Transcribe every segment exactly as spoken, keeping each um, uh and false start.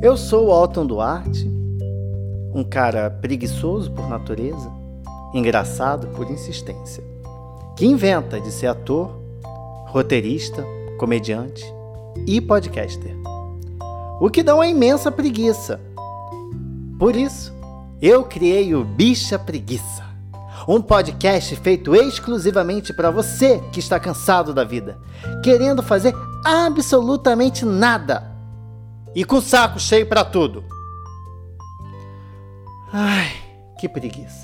Eu sou o Alton Duarte, um cara preguiçoso por natureza, engraçado por insistência, que inventa de ser ator, roteirista, comediante e podcaster, o que dá uma imensa preguiça. Por isso, eu criei o Bicha Preguiça, um podcast feito exclusivamente para você que está cansado da vida, querendo fazer absolutamente nada e com o saco cheio para tudo. Ai, que preguiça.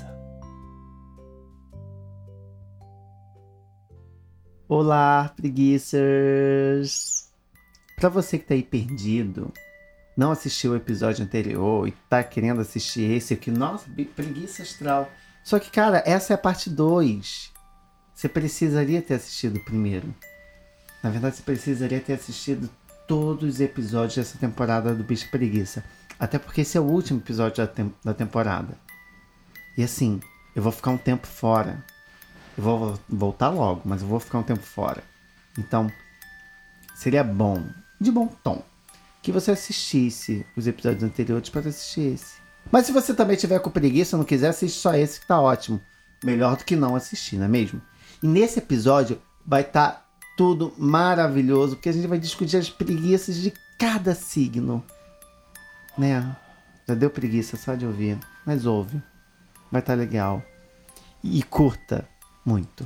Olá, preguiças! Para você que tá aí perdido, não assistiu o episódio anterior e tá querendo assistir esse aqui, nossa, preguiça astral. Só que, cara, essa é a parte dois. Você precisaria ter assistido o primeiro. Na verdade, você precisaria ter assistido todos os episódios dessa temporada do Bicha Preguiça. Até porque esse é o último episódio da, tem- da temporada. E assim, eu vou ficar um tempo fora. Eu vou voltar logo, mas eu vou ficar um tempo fora. Então, seria bom, de bom tom, que você assistisse os episódios anteriores para assistir esse. Mas se você também tiver com preguiça, não quiser, assiste só esse que tá ótimo. Melhor do que não assistir, não é mesmo? E nesse episódio vai estar tudo maravilhoso, porque a gente vai discutir as preguiças de cada signo. Né? Já deu preguiça só de ouvir, mas ouve. Vai estar legal. E curta muito.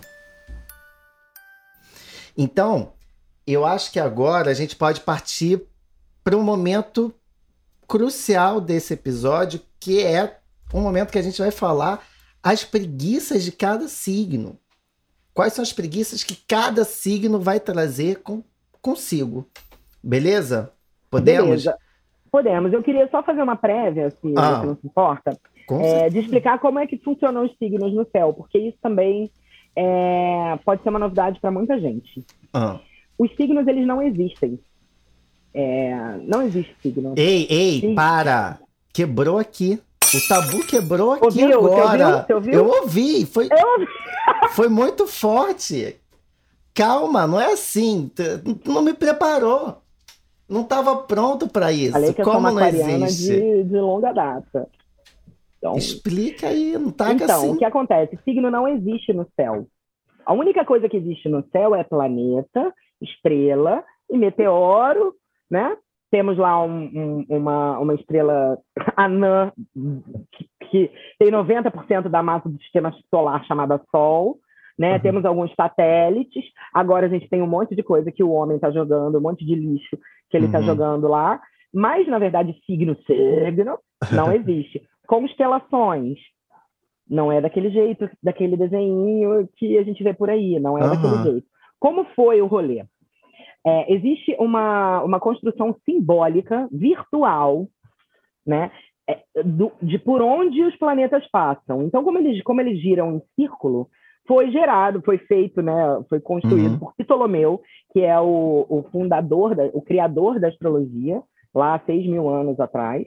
Então, eu acho que agora a gente pode partir para um momento crucial desse episódio, que é um momento que a gente vai falar as preguiças de cada signo. Quais são as preguiças que cada signo vai trazer com, consigo. Beleza? Podemos? Beleza. Podemos. Eu queria só fazer uma prévia, se Ah, você não se importa, com é, de certeza. explicar como é que funcionam os signos no céu, porque isso também é, pode ser uma novidade para muita gente. Ah. Os signos, eles não existem. É, não existe signo. Ei, ei, Sim. para! Quebrou aqui. O tabu quebrou aqui Ouviu? Você agora. ouviu? Você ouviu? Eu ouvi. Foi, Eu ouvi. foi muito forte. Calma, não é assim. Tu tu não me preparou. Não estava pronto para isso. Falei que eu sou Como uma não aquariana existe? de, de longa data. Então, Explica aí, não tá então assim. o que acontece? Signo não existe no céu. A única coisa que existe no céu é planeta, estrela e meteoro, né? Temos lá um, um, uma, uma estrela anã que, que tem noventa por cento da massa do sistema solar, chamada Sol, né? Uhum. Temos alguns satélites. Agora a gente tem um monte de coisa que o homem está jogando, um monte de lixo que ele está Uhum. jogando lá. Mas, na verdade, signo, signo, não existe. Constelações. Não é daquele jeito, daquele desenho que a gente vê por aí, não é Aham. daquele jeito. Como foi o rolê? É, existe uma, uma construção simbólica, virtual, né, é, do, de por onde os planetas passam. Então, como eles, como eles giram em círculo, foi gerado, foi feito, né, foi construído Uhum. por Ptolomeu, que é o, o fundador, da, o criador da astrologia, lá há seis mil anos atrás.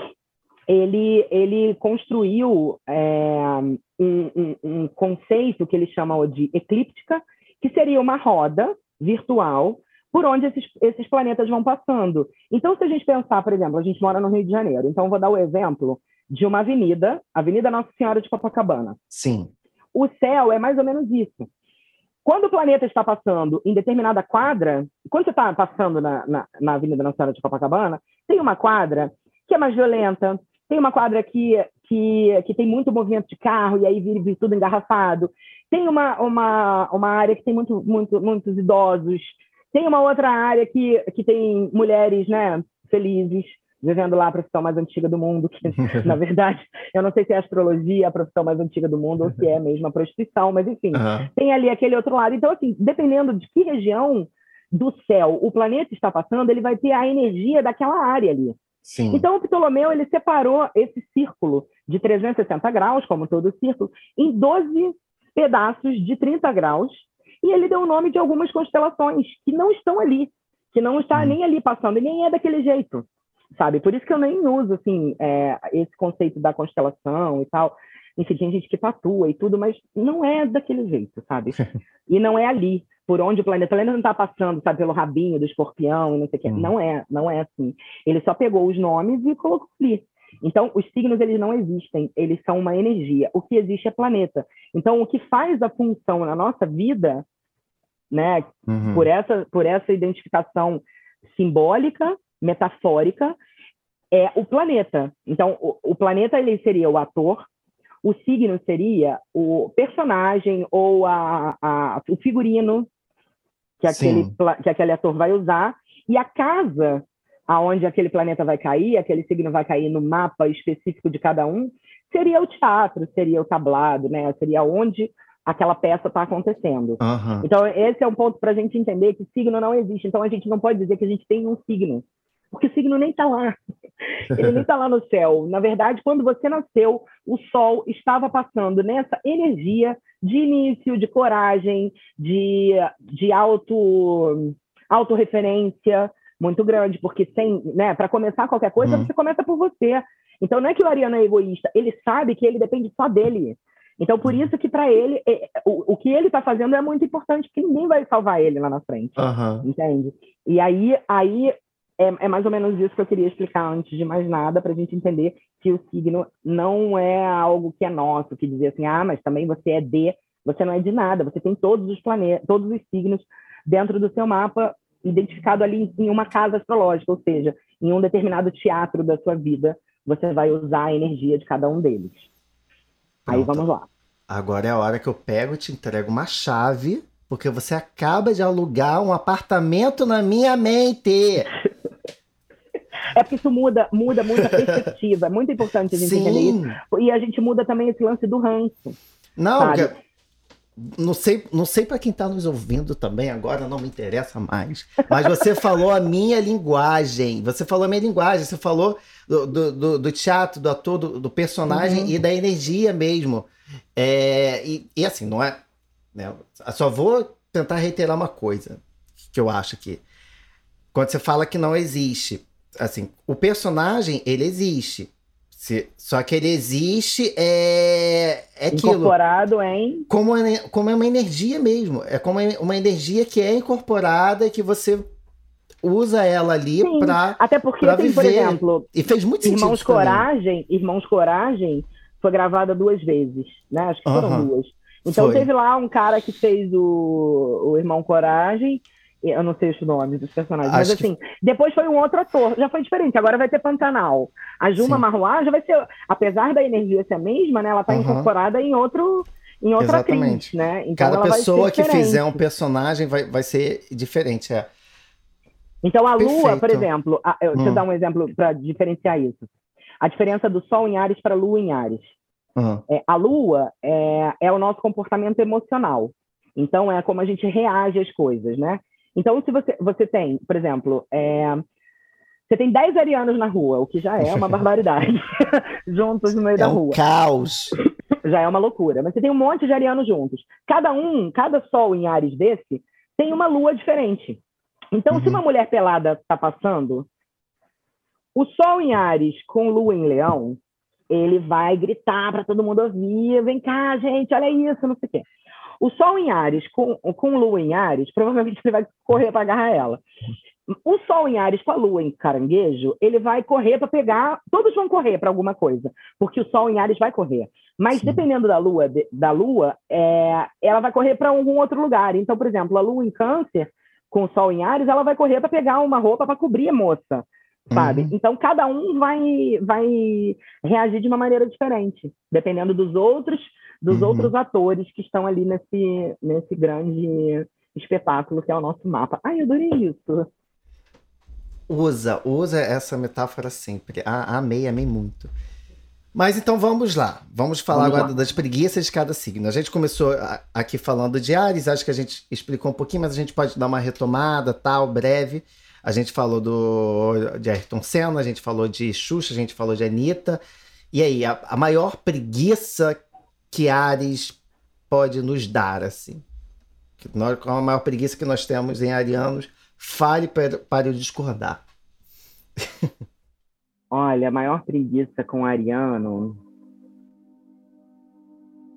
Ele, ele construiu é, um, um, um conceito que ele chama de eclíptica, que seria uma roda virtual por onde esses, esses planetas vão passando. Então, se a gente pensar, por exemplo, a gente mora no Rio de Janeiro, então vou dar o exemplo de uma avenida, Avenida Nossa Senhora de Copacabana. Sim. O céu é mais ou menos isso. Quando o planeta está passando em determinada quadra, quando você está passando na, na, na Avenida Nossa Senhora de Copacabana, tem uma quadra que é mais violenta, tem uma quadra que, que, que tem muito movimento de carro e aí vive tudo engarrafado, tem uma, uma, uma área que tem muito, muito, muitos idosos, tem uma outra área que, que tem mulheres, né, felizes, vivendo lá a profissão mais antiga do mundo, que, na verdade, eu não sei se é a astrologia a profissão mais antiga do mundo ou se é mesmo a prostituição, mas, enfim, Aham. tem ali aquele outro lado. Então, assim, dependendo de que região do céu o planeta está passando, ele vai ter a energia daquela área ali. Sim. Então, o Ptolomeu, ele separou esse círculo de trezentos e sessenta graus, como todo círculo, em doze pedaços de trinta graus, e ele deu o nome de algumas constelações que não estão ali, que não está Hum. nem ali passando, e nem é daquele jeito, sabe? Por isso que eu nem uso, assim, é, esse conceito da constelação e tal. enfim, tem gente que tatua e tudo, mas não é daquele jeito, sabe? E não é ali, por onde o planeta, o planeta não está passando, sabe, pelo rabinho do escorpião e não sei o quê. Hum. Não é, não é assim. Ele só pegou os nomes e colocou ali. Então, os signos, eles não existem, eles são uma energia. O que existe é planeta. Então, o que faz a função na nossa vida, né, Uhum. por essa, por essa identificação simbólica, metafórica, é o planeta. Então, o, o planeta, ele seria o ator, o signo seria o personagem ou a, a, o figurino que aquele, que aquele ator vai usar, e a casa aonde aquele planeta vai cair, aquele signo vai cair no mapa específico de cada um, seria o teatro, seria o tablado, né? Seria onde aquela peça está acontecendo. Uhum. Então, esse é um ponto para a gente entender que signo não existe. Então, a gente não pode dizer que a gente tem um signo, porque o signo nem está lá. Ele nem está lá no céu. Na verdade, quando você nasceu, o Sol estava passando nessa energia de início, de coragem, de, de auto, autorreferência muito grande, porque sem, né, para começar qualquer coisa, hum. você começa por você. Então, não é que o ariano é egoísta, ele sabe que ele depende só dele. Então, por isso que para ele, é, o, o que ele está fazendo é muito importante, porque ninguém vai salvar ele lá na frente. Uhum. Entende? E aí, aí é, é mais ou menos isso que eu queria explicar antes de mais nada, para a gente entender que o signo não é algo que é nosso, que dizer assim, ah, mas também você é de, você não é de nada, você tem todos os planetas, todos os signos dentro do seu mapa, identificado ali em uma casa astrológica, ou seja, em um determinado teatro da sua vida, você vai usar a energia de cada um deles. Pronto. Aí vamos lá. Agora é a hora que eu pego e te entrego uma chave, porque você acaba de alugar um apartamento na minha mente. É porque isso muda, muda muito a perspectiva. É muito importante a gente Sim. entender isso. E a gente muda também esse lance do ranço. Não, que, não sei, não sei para quem está nos ouvindo também agora, não me interessa mais. Mas você falou a minha linguagem. Você falou a minha linguagem. Você falou do, do, do, do teatro, do ator, do, do personagem uhum. e da energia mesmo. É, e, e assim, não é... Né, eu só vou tentar reiterar uma coisa que eu acho que... Quando você fala que não existe... Assim, o personagem, ele existe. Se, só que ele existe é, é aquilo. Incorporado em... Como, como é uma energia mesmo. É como uma energia que é incorporada e que você usa ela ali para até porque pra tem, viver. Por exemplo, e fez muito sentido Irmãos Coragem, também. Irmãos Coragem foi gravada duas vezes, né? Acho que foram uhum. duas. Então foi. Teve lá um cara que fez o, o Irmão Coragem. Eu não sei os nomes dos personagens, Acho mas assim, que... depois foi um outro ator, já foi diferente, agora vai ter Pantanal. A Juma Marruá já vai ser, apesar da energia ser a mesma, né, ela tá uhum. incorporada em outro, em outra atriz, né? Então cada pessoa que fizer um personagem vai, vai ser diferente, é. Então a Perfeito. Lua, por exemplo, a, eu, hum. deixa eu dar um exemplo para diferenciar isso. A diferença do Sol em Áries para a Lua em Áries. Uhum. É, a Lua é, é o nosso comportamento emocional. Então é como a gente reage às coisas, né? Então, se você, você tem, por exemplo, é, você tem dez arianos na rua, o que já é uma barbaridade, juntos no meio é da um rua. Caos. Já é uma loucura. Mas você tem um monte de arianos juntos. Cada um, cada sol em Áries desse, tem uma lua diferente. Então, uhum. se uma mulher pelada está passando, o sol em Áries com lua em Leão, ele vai gritar para todo mundo ouvir, vem cá, gente, olha isso, não sei o quê. O Sol em Áries, com, com Lua em Áries, provavelmente você vai correr para agarrar ela. O Sol em Áries com a Lua em Caranguejo, ele vai correr para pegar... Todos vão correr para alguma coisa, porque o Sol em Áries vai correr. Mas Sim. dependendo da Lua, da Lua é, ela vai correr para algum outro lugar. Então, por exemplo, a Lua em Câncer, com o Sol em Áries, ela vai correr para pegar uma roupa para cobrir a moça, sabe? Uhum. Então, cada um vai, vai reagir de uma maneira diferente, dependendo dos outros... dos uhum. outros atores que estão ali nesse, nesse grande espetáculo que é o nosso mapa. Ai, eu adorei isso. Usa, usa essa metáfora sempre. Ah, amei, amei muito. Mas então vamos lá. Vamos falar vamos agora lá. das preguiças de cada signo. A gente começou aqui falando de Áries, acho que a gente explicou um pouquinho, mas a gente pode dar uma retomada, tal, breve. A gente falou do, de Ayrton Senna, a gente falou de Xuxa, a gente falou de Anitta. E aí, a, a maior preguiça que Áries pode nos dar, assim? Qual a maior preguiça que nós temos em arianos? Fale para, para eu discordar. Olha, a maior preguiça com ariano...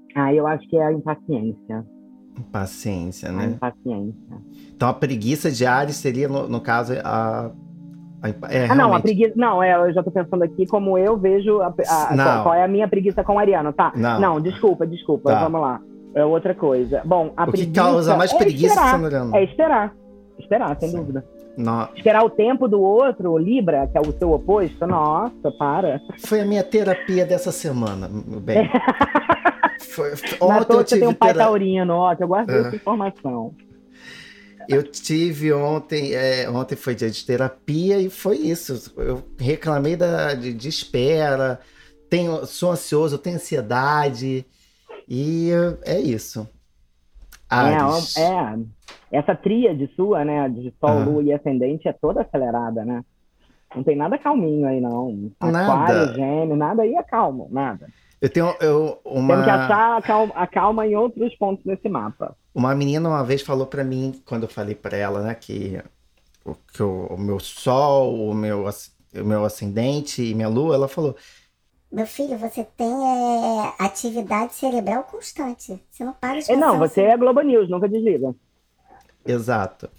Ah, eu acho que é a impaciência. Impaciência, A né? impaciência. Então a preguiça de Áries seria, no, no caso, a, a impa- é Ah, não, a realmente. preguiça. Não, é, eu já tô pensando aqui como eu vejo. A, a- qual, qual Não, é a minha preguiça com o Ariano, tá? não, Não, desculpa, desculpa, tá. vamos lá. É outra coisa. Bom, a O que preguiça. causa mais é preguiça, esperar. Sandriano? É esperar. Esperar, sem Sim. dúvida. No- Esperar o tempo do outro, Libra, que é o seu oposto, nossa, para. Foi a minha terapia dessa semana, meu bem. Foi, Na ontem toa eu que você tem tive um pai terapia. taurino, ó, que eu guardei É. essa informação. Eu tive ontem, é, ontem foi dia de terapia e foi isso. Eu reclamei da, de, de espera, tenho, sou ansioso, tenho ansiedade e é isso. Áries. É, é, essa tríade sua, né, de Sol, Ah. Lua e Ascendente é toda acelerada, né? Não tem nada calminho aí, não. Nada. Aquário, Gêmeo, nada aí é calmo, nada. Eu tenho eu, uma... Temos que achar a calma, a calma em outros pontos desse mapa. Uma menina uma vez falou pra mim, quando eu falei pra ela, né, que, o, que o, o meu sol, o meu, as- o meu ascendente e minha lua, ela falou, Meu filho, você tem é, atividade cerebral constante. Você não para de É, não, pensar você assim. é Globo News, nunca desliga. exato.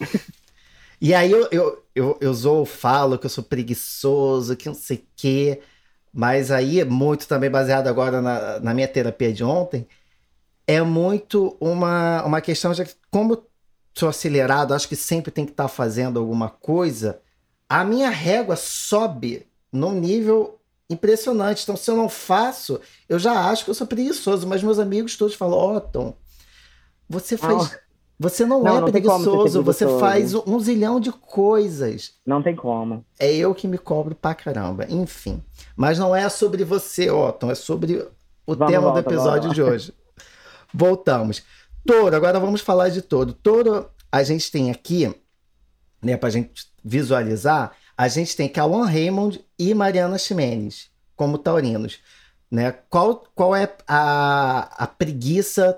E aí eu, eu, eu, eu zoo, falo que eu sou preguiçoso, que não sei o quê, mas aí, muito também baseado agora na, na minha terapia de ontem, é muito uma, uma questão de que, como eu sou acelerado, acho que sempre tem que estar fazendo alguma coisa, a minha régua sobe num nível impressionante. Então, se eu não faço, eu já acho que eu sou preguiçoso, mas meus amigos todos falam, ó, Tom, você faz... Você não, Não, é não tem como ser preguiçoso, você preguiçoso. faz um, um zilhão de coisas. Não tem como. É eu que me cobro pra caramba. Enfim. Mas não é sobre você, Otton, é sobre o Vamos, tema volta, do episódio volta. de hoje. Voltamos. Touro, agora vamos falar de touro. Touro, a gente tem aqui, né, pra gente visualizar, a gente tem Cauã Raymond e Mariana Ximenes como taurinos. Né? Qual, qual é a, a preguiça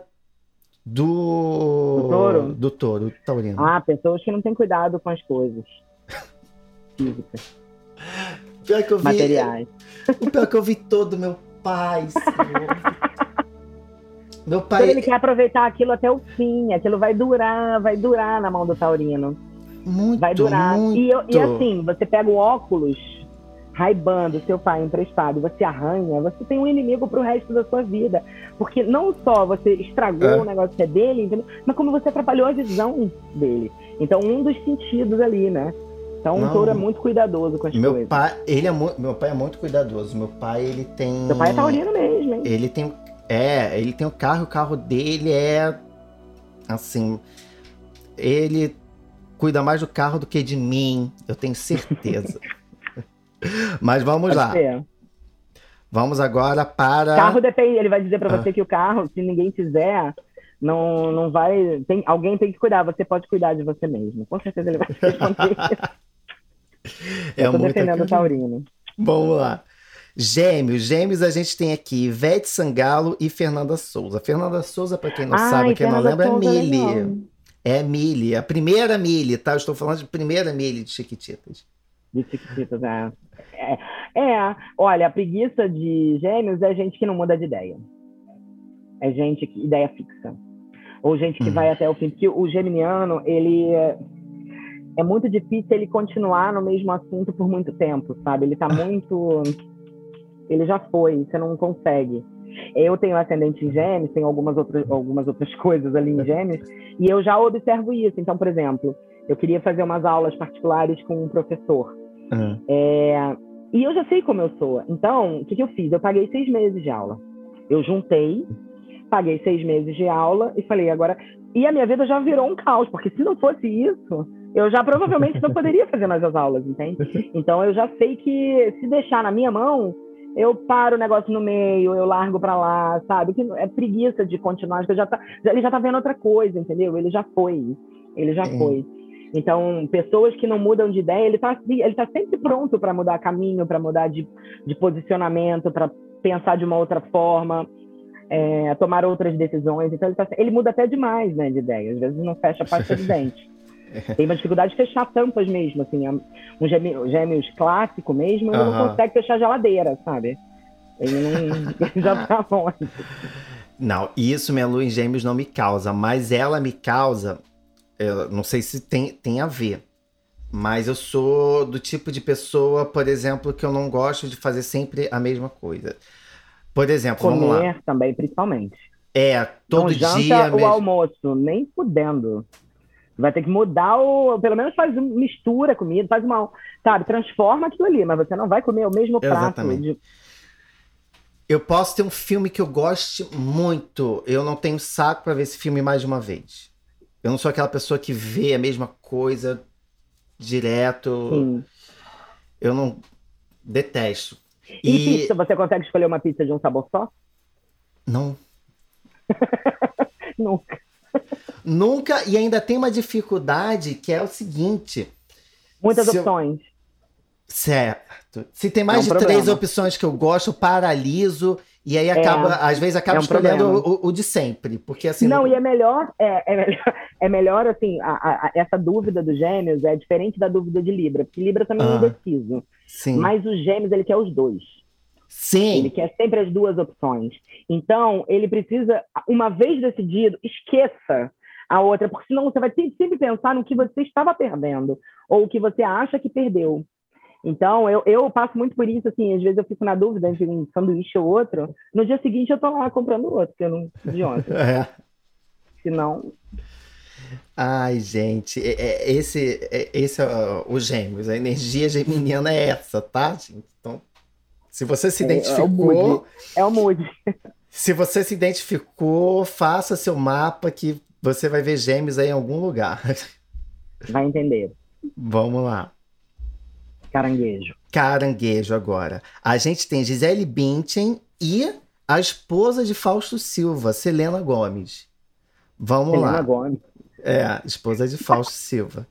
do, Do touro? do touro, do taurino? Ah, pessoas que não têm cuidado com as coisas físicas, Pior que eu vi, materiais. o pior que eu vi todo meu pai, senhor. Meu Então pai, ele quer aproveitar aquilo até o fim. Aquilo vai durar, vai durar na mão do taurino. muito, Vai durar. muito. E, eu- e assim, você pega o óculos Ray-Ban do seu pai emprestado e você arranha, você tem um inimigo pro resto da sua vida. Porque não só você estragou É. o negócio que é dele, entendeu? Mas como você atrapalhou a visão dele. Então, um dos sentidos ali, né? Então, Não. o touro é muito cuidadoso com as Meu coisas. pai, ele é muito, meu pai é muito cuidadoso. Meu pai, ele tem, Seu pai é taurino mesmo, hein? ele tem, é, ele tem o carro, o carro dele é assim, ele cuida mais do carro do que de mim, eu tenho certeza. Mas vamos Pode lá. ser. Vamos agora para Carro depende, ele vai dizer pra Ah. você que o carro, se ninguém fizer, não, não vai. Tem, alguém tem que cuidar, você pode cuidar de você mesmo. Com certeza ele vai responder. é Eu tô muita defendendo o coisa. taurino. Vamos lá. Gêmeos. Gêmeos a gente tem aqui Ivete Sangalo e Fernanda Souza. Fernanda Souza, para quem não Ai, sabe, quem não Fernanda lembra, é Souza, Millie. legal. É Millie, a primeira Millie, tá? Eu estou falando de primeira Millie de Chiquititas. De Chiquititas, é. é. É, olha, a preguiça de gêmeos é gente que não muda de ideia. É gente que ideia fixa. Ou gente que Hum. vai até o fim. Porque o geminiano, ele é, é muito difícil ele continuar no mesmo assunto por muito tempo, sabe? Ele tá muito... Ele já foi, você não consegue. Eu tenho ascendente em gêmeos, tenho algumas outras, algumas outras coisas ali em gêmeos, e eu já observo isso. Então, por exemplo, eu queria fazer umas aulas particulares com um professor. Uhum. É, e eu já sei como eu sou. Então, o que, que eu fiz? Eu paguei seis meses de aula. Eu juntei, paguei seis meses de aula e falei, agora... E a minha vida já virou um caos, porque se não fosse isso, eu já provavelmente não poderia fazer mais as aulas, entende? Então, eu já sei que se deixar na minha mão, eu paro o negócio no meio, eu largo pra lá, sabe? Que é preguiça de continuar, porque já tá, já, ele já tá vendo outra coisa, entendeu? Ele já foi, ele já Sim. foi. Então, pessoas que não mudam de ideia, ele tá, ele tá sempre pronto para mudar caminho, para mudar de, de posicionamento, para pensar de uma outra forma, é, tomar outras decisões. Então, ele, tá, ele muda até demais, né, de ideia. Às vezes não fecha a pasta de dente. Tem uma dificuldade de fechar tampas mesmo, assim. Um gêmeo, gêmeos clássico mesmo, ele Aham. não consegue fechar a geladeira, sabe? Ele não... Ele já tá longe. Não, isso minha lua em gêmeos não me causa, mas ela me causa, eu não sei se tem, tem a ver, mas eu sou do tipo de pessoa, por exemplo, que eu não gosto de fazer sempre a mesma coisa. Por exemplo, vamos lá. Comer também, principalmente. É, todo Não janta dia o mesmo. almoço, nem fudendo. Vai ter que mudar o... Pelo menos faz um- mistura a comida, faz uma... Sabe, transforma aquilo ali, mas você não vai comer o mesmo prato. Exatamente. de- Eu posso ter um filme que eu goste muito, eu não tenho saco pra ver esse filme mais de uma vez. Eu não sou aquela pessoa que vê a mesma coisa direto. Sim. Eu não detesto. E, E pizza, você consegue escolher uma pizza de um sabor só? não, Nunca. nunca, e ainda tem uma dificuldade que é o seguinte, Muitas Se eu- opções. certo? Se tem mais É um de problema. três opções que eu gosto, eu paraliso e aí acaba, às vezes acaba é um escolhendo problema. o, o de sempre, porque assim, Não, e é melhor, é, é melhor, é melhor assim, a- a- a- essa dúvida dos gêmeos é diferente da dúvida de Libra, porque Libra também é Ah, indeciso. sim, Mas os gêmeos, ele quer os dois. Ele sim, quer sempre as duas opções. Então, ele precisa, uma vez decidido, esqueça a outra, porque senão você vai ter que sempre pensar no que você estava perdendo, ou o que você acha que perdeu. Então, eu, eu passo muito por isso, assim, às vezes eu fico na dúvida entre um sanduíche ou outro, no dia seguinte eu tô lá comprando outro, porque eu não de ontem. é. Senão, Ai, gente, é- é- esse, é- esse é o- os gêmeos, a energia geminiana é essa, tá, gente? Então, se você se é, é o identificou, mood. É o mood. se você se identificou, faça seu mapa que você vai ver gêmeos aí em algum lugar. Vai entender. Vamos lá. Caranguejo. Caranguejo agora. A gente tem Gisele Bündchen e a esposa de Fausto Silva, Selena Gomez. Vamos Selena lá. Gomez. É, esposa de Fausto Silva.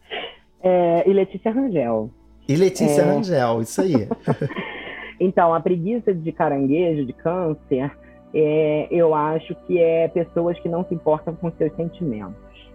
É, e Letícia Rangel. E Letícia É. Rangel, isso aí. Então, a preguiça de caranguejo, de câncer, é, eu acho que é pessoas que não se importam com seus sentimentos.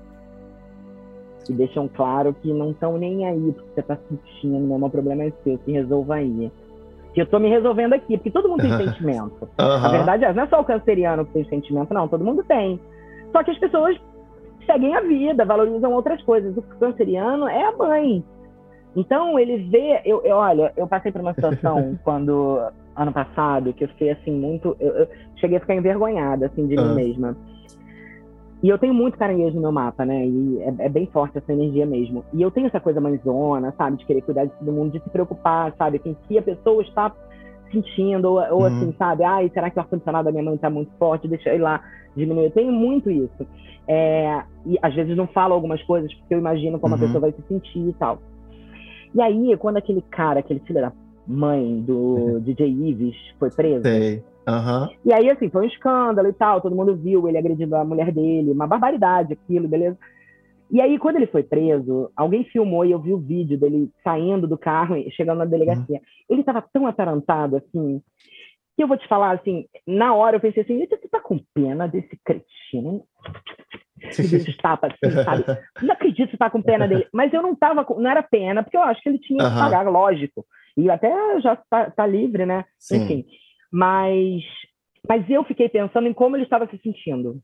Que deixam claro que não estão nem aí porque você está sentindo, não, o problema é seu, se resolva aí. Que eu estou me resolvendo aqui, porque todo mundo tem sentimento. A Aham. verdade é, não é só o canceriano que tem sentimento, não, todo mundo tem. Só que as pessoas seguem a vida, valorizam outras coisas. O canceriano é a mãe. Então, ele vê... Eu, eu, olha, eu passei por uma situação quando, ano passado, que eu fiquei, assim, muito... Eu, eu cheguei a ficar envergonhada, assim, de Ah. mim mesma. E eu tenho muito caranguejo no meu mapa, né? E é, é bem forte essa energia mesmo. E eu tenho essa coisa mãezona, sabe? De querer cuidar de todo mundo, de se preocupar, sabe? Com o que a pessoa está sentindo, ou, ou Uhum. assim, sabe? Ai, será que o ar-condicionado da minha mãe está muito forte? Deixa eu ir lá diminuir. Eu tenho muito isso. É, e às vezes não falo algumas coisas porque eu imagino como Uhum. a pessoa vai se sentir e tal. E aí, quando aquele cara, aquele filho da mãe do D J Ives foi preso, Sei. Aham. e aí, assim, foi um escândalo e tal, todo mundo viu ele agredindo a mulher dele, uma barbaridade aquilo, beleza? E aí, quando ele foi preso, alguém filmou e eu vi o vídeo dele saindo do carro e chegando na delegacia. Ele tava tão atarantado, assim, que eu vou te falar, assim, na hora eu pensei assim, você tá com pena desse cretino? Que deu uns tapas, assim, sabe? Não acredito que você tá com pena dele. Mas eu não tava, com- não era pena, porque eu acho que ele tinha que Aham. pagar, lógico. E até já tá, tá livre, né? Sim. Enfim. Mas, mas eu fiquei pensando em como ele estava se sentindo.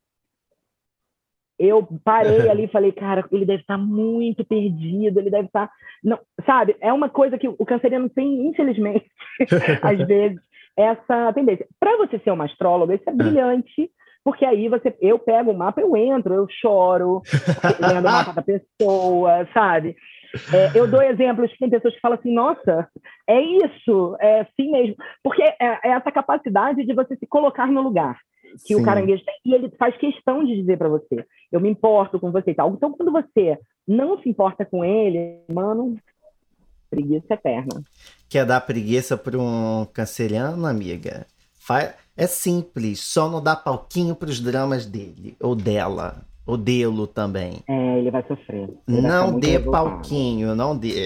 Eu parei ali e falei, cara, ele deve estar muito perdido, ele deve estar... Não, sabe, é uma coisa que o canceriano tem, infelizmente, às vezes, essa tendência. Para você ser uma astróloga, isso é brilhante, porque aí você, eu pego o mapa, eu entro, eu choro, lendo o mapa da pessoa, sabe? É, eu dou exemplos que tem pessoas que falam assim, nossa, é isso, é assim mesmo. Porque é, é essa capacidade de você se colocar no lugar que Sim. o caranguejo tem, e ele faz questão de dizer para você, eu me importo com você e tal. Então, quando você não se importa com ele, mano, preguiça eterna. Quer dar preguiça para um canceriano, amiga? Fa- É simples, só não dá palquinho para os dramas dele, ou dela, ou dele também. É, ele vai sofrer. Ele vai ficar Não muito dê revoltado. palquinho, não dê.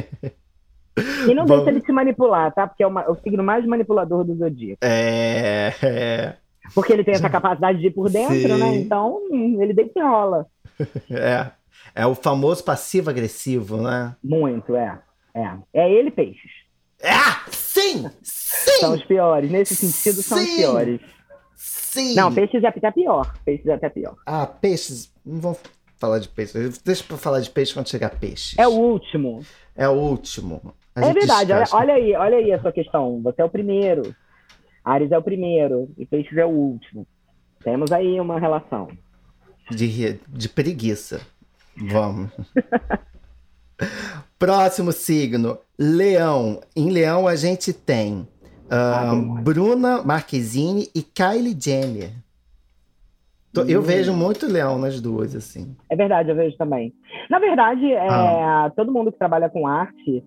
E não Vamos- deixa ele te manipular, tá? Porque é, uma- é o signo mais manipulador do zodíaco. É, é, Porque ele tem essa capacidade de ir por dentro, Sim. né? Então, hum, ele deita e rola. é. É o famoso passivo-agressivo, né? Muito, é. É, é ele e peixes. Ah, sim! São Sim! os piores. Nesse sentido, são os Sim. piores. Sim! Não, peixes é até pior. Peixes é até pior. Ah, peixes. Não vamos falar de peixes. Deixa pra falar de peixe quando chegar peixes. É o último. É o último. A É gente verdade. Olha, descasca. olha aí, olha aí a sua questão. Você é o primeiro. Ares é o primeiro. E peixes é o último. Temos aí uma relação. De, de preguiça. Vamos. Próximo signo, Leão. Em Leão a gente tem Ah, uh, demônio. Bruna Marquezine e Kylie Jenner. Tô- Eu Hum. vejo muito Leão nas duas, assim. É verdade, eu vejo também. Na verdade, é, Ah. todo mundo que trabalha com arte,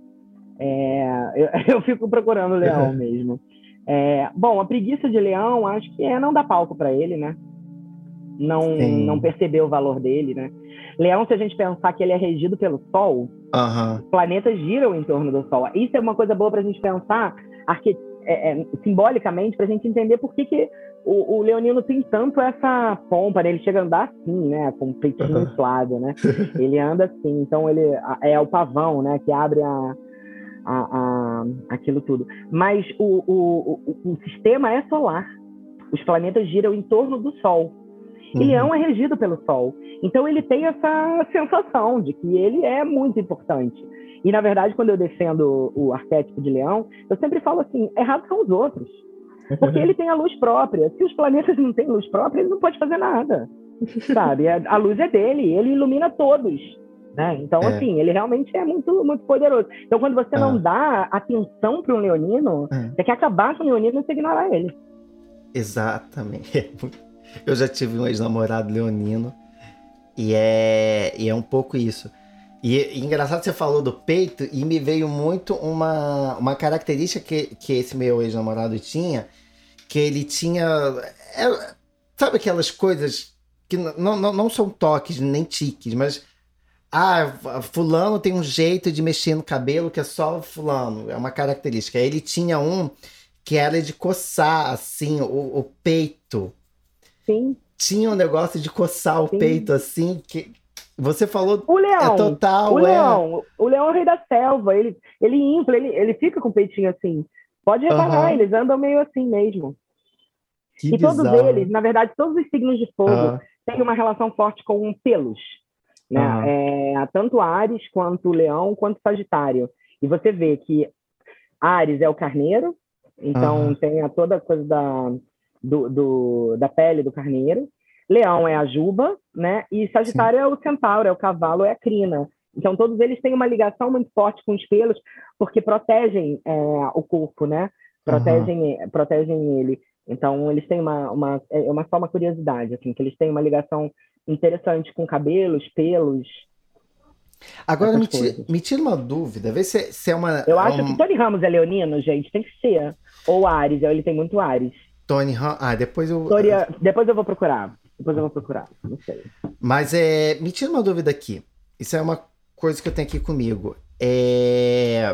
é, eu, eu fico procurando leão mesmo. É, bom, a preguiça de leão, acho que é não dar palco para ele, né? Não, Sim. não perceber o valor dele, né? Leão, se a gente pensar que ele é regido pelo Sol, Aham. os planetas giram em torno do Sol. Isso é uma coisa boa para a gente pensar arque- é, é, simbolicamente, para a gente entender por que, que o, o leonino tem tanto essa pompa, né? Ele chega a andar assim, né? Com o peitinho Uhum. inflado, né? Ele anda assim, então ele é o pavão, né? Que abre a, a, a, aquilo tudo. Mas o, o, o, o sistema é solar. Os planetas giram em torno do Sol. E Uhum. Leão é regido pelo Sol. Então ele tem essa sensação de que ele é muito importante. E, na verdade, quando eu defendo o arquétipo de Leão, eu sempre falo assim, errado são os outros. Porque ele tem a luz própria. Se os planetas não têm luz própria, ele não pode fazer nada. Sabe? A, a luz é dele, ele ilumina todos. Né? Então, É. assim, ele realmente é muito, muito poderoso. Então, quando você Ah. não dá atenção para um leonino, Ah. você quer acabar com o leonino e você ignorar ele. Exatamente. Eu já tive um ex-namorado leonino e é, e é um pouco isso. E, e engraçado, você falou do peito e me veio muito uma, uma característica que, que esse meu ex-namorado tinha, que ele tinha... é, sabe aquelas coisas que n- não, não, não são toques nem tiques, mas... Ah, fulano tem um jeito de mexer no cabelo que é só fulano, é uma característica. Ele tinha um que era de coçar, assim, o, o peito. Sim. Tinha um negócio de coçar o Sim. peito, assim, que você falou, O leão, é total, o é... leão, o leão é o rei da selva, ele, ele infla, ele, ele fica com o peitinho assim. Pode reparar, Aham. eles andam meio assim mesmo. Que E todos bizarro. eles, na verdade, todos os signos de fogo Ah, têm uma relação forte com pelos. Né? Aham. É, tanto Áries, quanto Leão, quanto Sagitário. E você vê que Áries é o carneiro, então Aham. tem a toda a coisa da, do, do- da pele do carneiro. Leão é a juba, né? E Sagitário é o centauro, é o cavalo, é a crina. Então todos eles têm uma ligação muito forte com os pelos, porque protegem é, o corpo, né? Protegem, protegem ele. Então eles têm uma, uma, é uma só uma curiosidade, assim, que eles têm uma ligação interessante com cabelos, pelos, Agora essas me, ti- coisas. me tira uma dúvida, vê se, se é uma... Eu é acho um que Tony Ramos é leonino, gente, tem que ser. Ou Ares, ele tem muito Ares. Tony Ram... Ah, depois eu... Toria- Depois eu vou procurar. Depois eu vou procurar, não sei. Mas é, me tira uma dúvida aqui. Isso é uma coisa que eu tenho aqui comigo. É...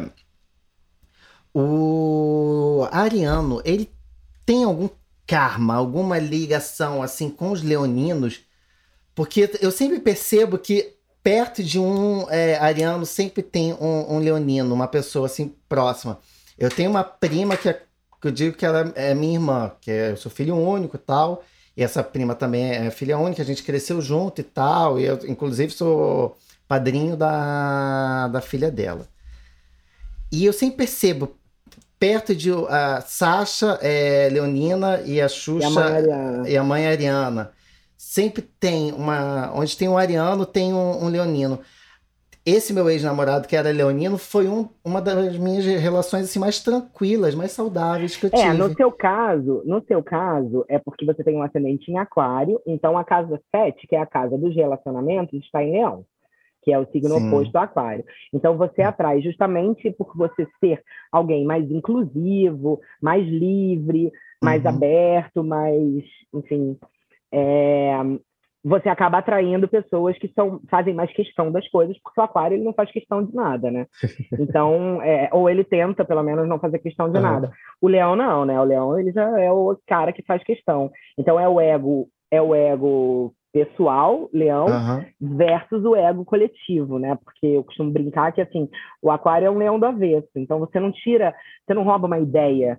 O Ariano, ele tem algum karma, alguma ligação assim com os leoninos? Porque eu sempre percebo que perto de um é, ariano sempre tem um, um leonino, uma pessoa assim próxima. Eu tenho uma prima que, é- que eu digo que ela é minha irmã, que é, eu sou filho único e tal. E essa prima também é filha única, a gente cresceu junto e tal. E eu, inclusive, sou padrinho da, da filha dela. E eu sempre percebo, perto de a Sasha é, Leonina e a E a Xuxa mãe Ariana. e a mãe Ariana. Sempre tem uma. Onde tem um Ariano, tem um, um Leonino. Esse meu ex-namorado, que era Leonino, foi um- uma das minhas relações assim, mais tranquilas, mais saudáveis que eu É, no tive. seu caso, no seu caso, é porque você tem um ascendente em aquário, então a casa sete, que é a casa dos relacionamentos, está em leão, que é o signo Sim. oposto ao aquário. Então você atrai justamente por você ser alguém mais inclusivo, mais livre, mais Uhum. aberto, mais, enfim, é, você acaba atraindo pessoas que são, fazem mais questão das coisas, porque o aquário ele não faz questão de nada, né? Então, é, ou ele tenta, pelo menos, não fazer questão de nada. Aham. O leão não, né? O leão ele já é o cara que faz questão. Então é o ego, é o ego pessoal, leão, Aham. versus o ego coletivo, né? Porque eu costumo brincar que assim, o aquário é um leão do avesso. Então você não tira, você não rouba uma ideia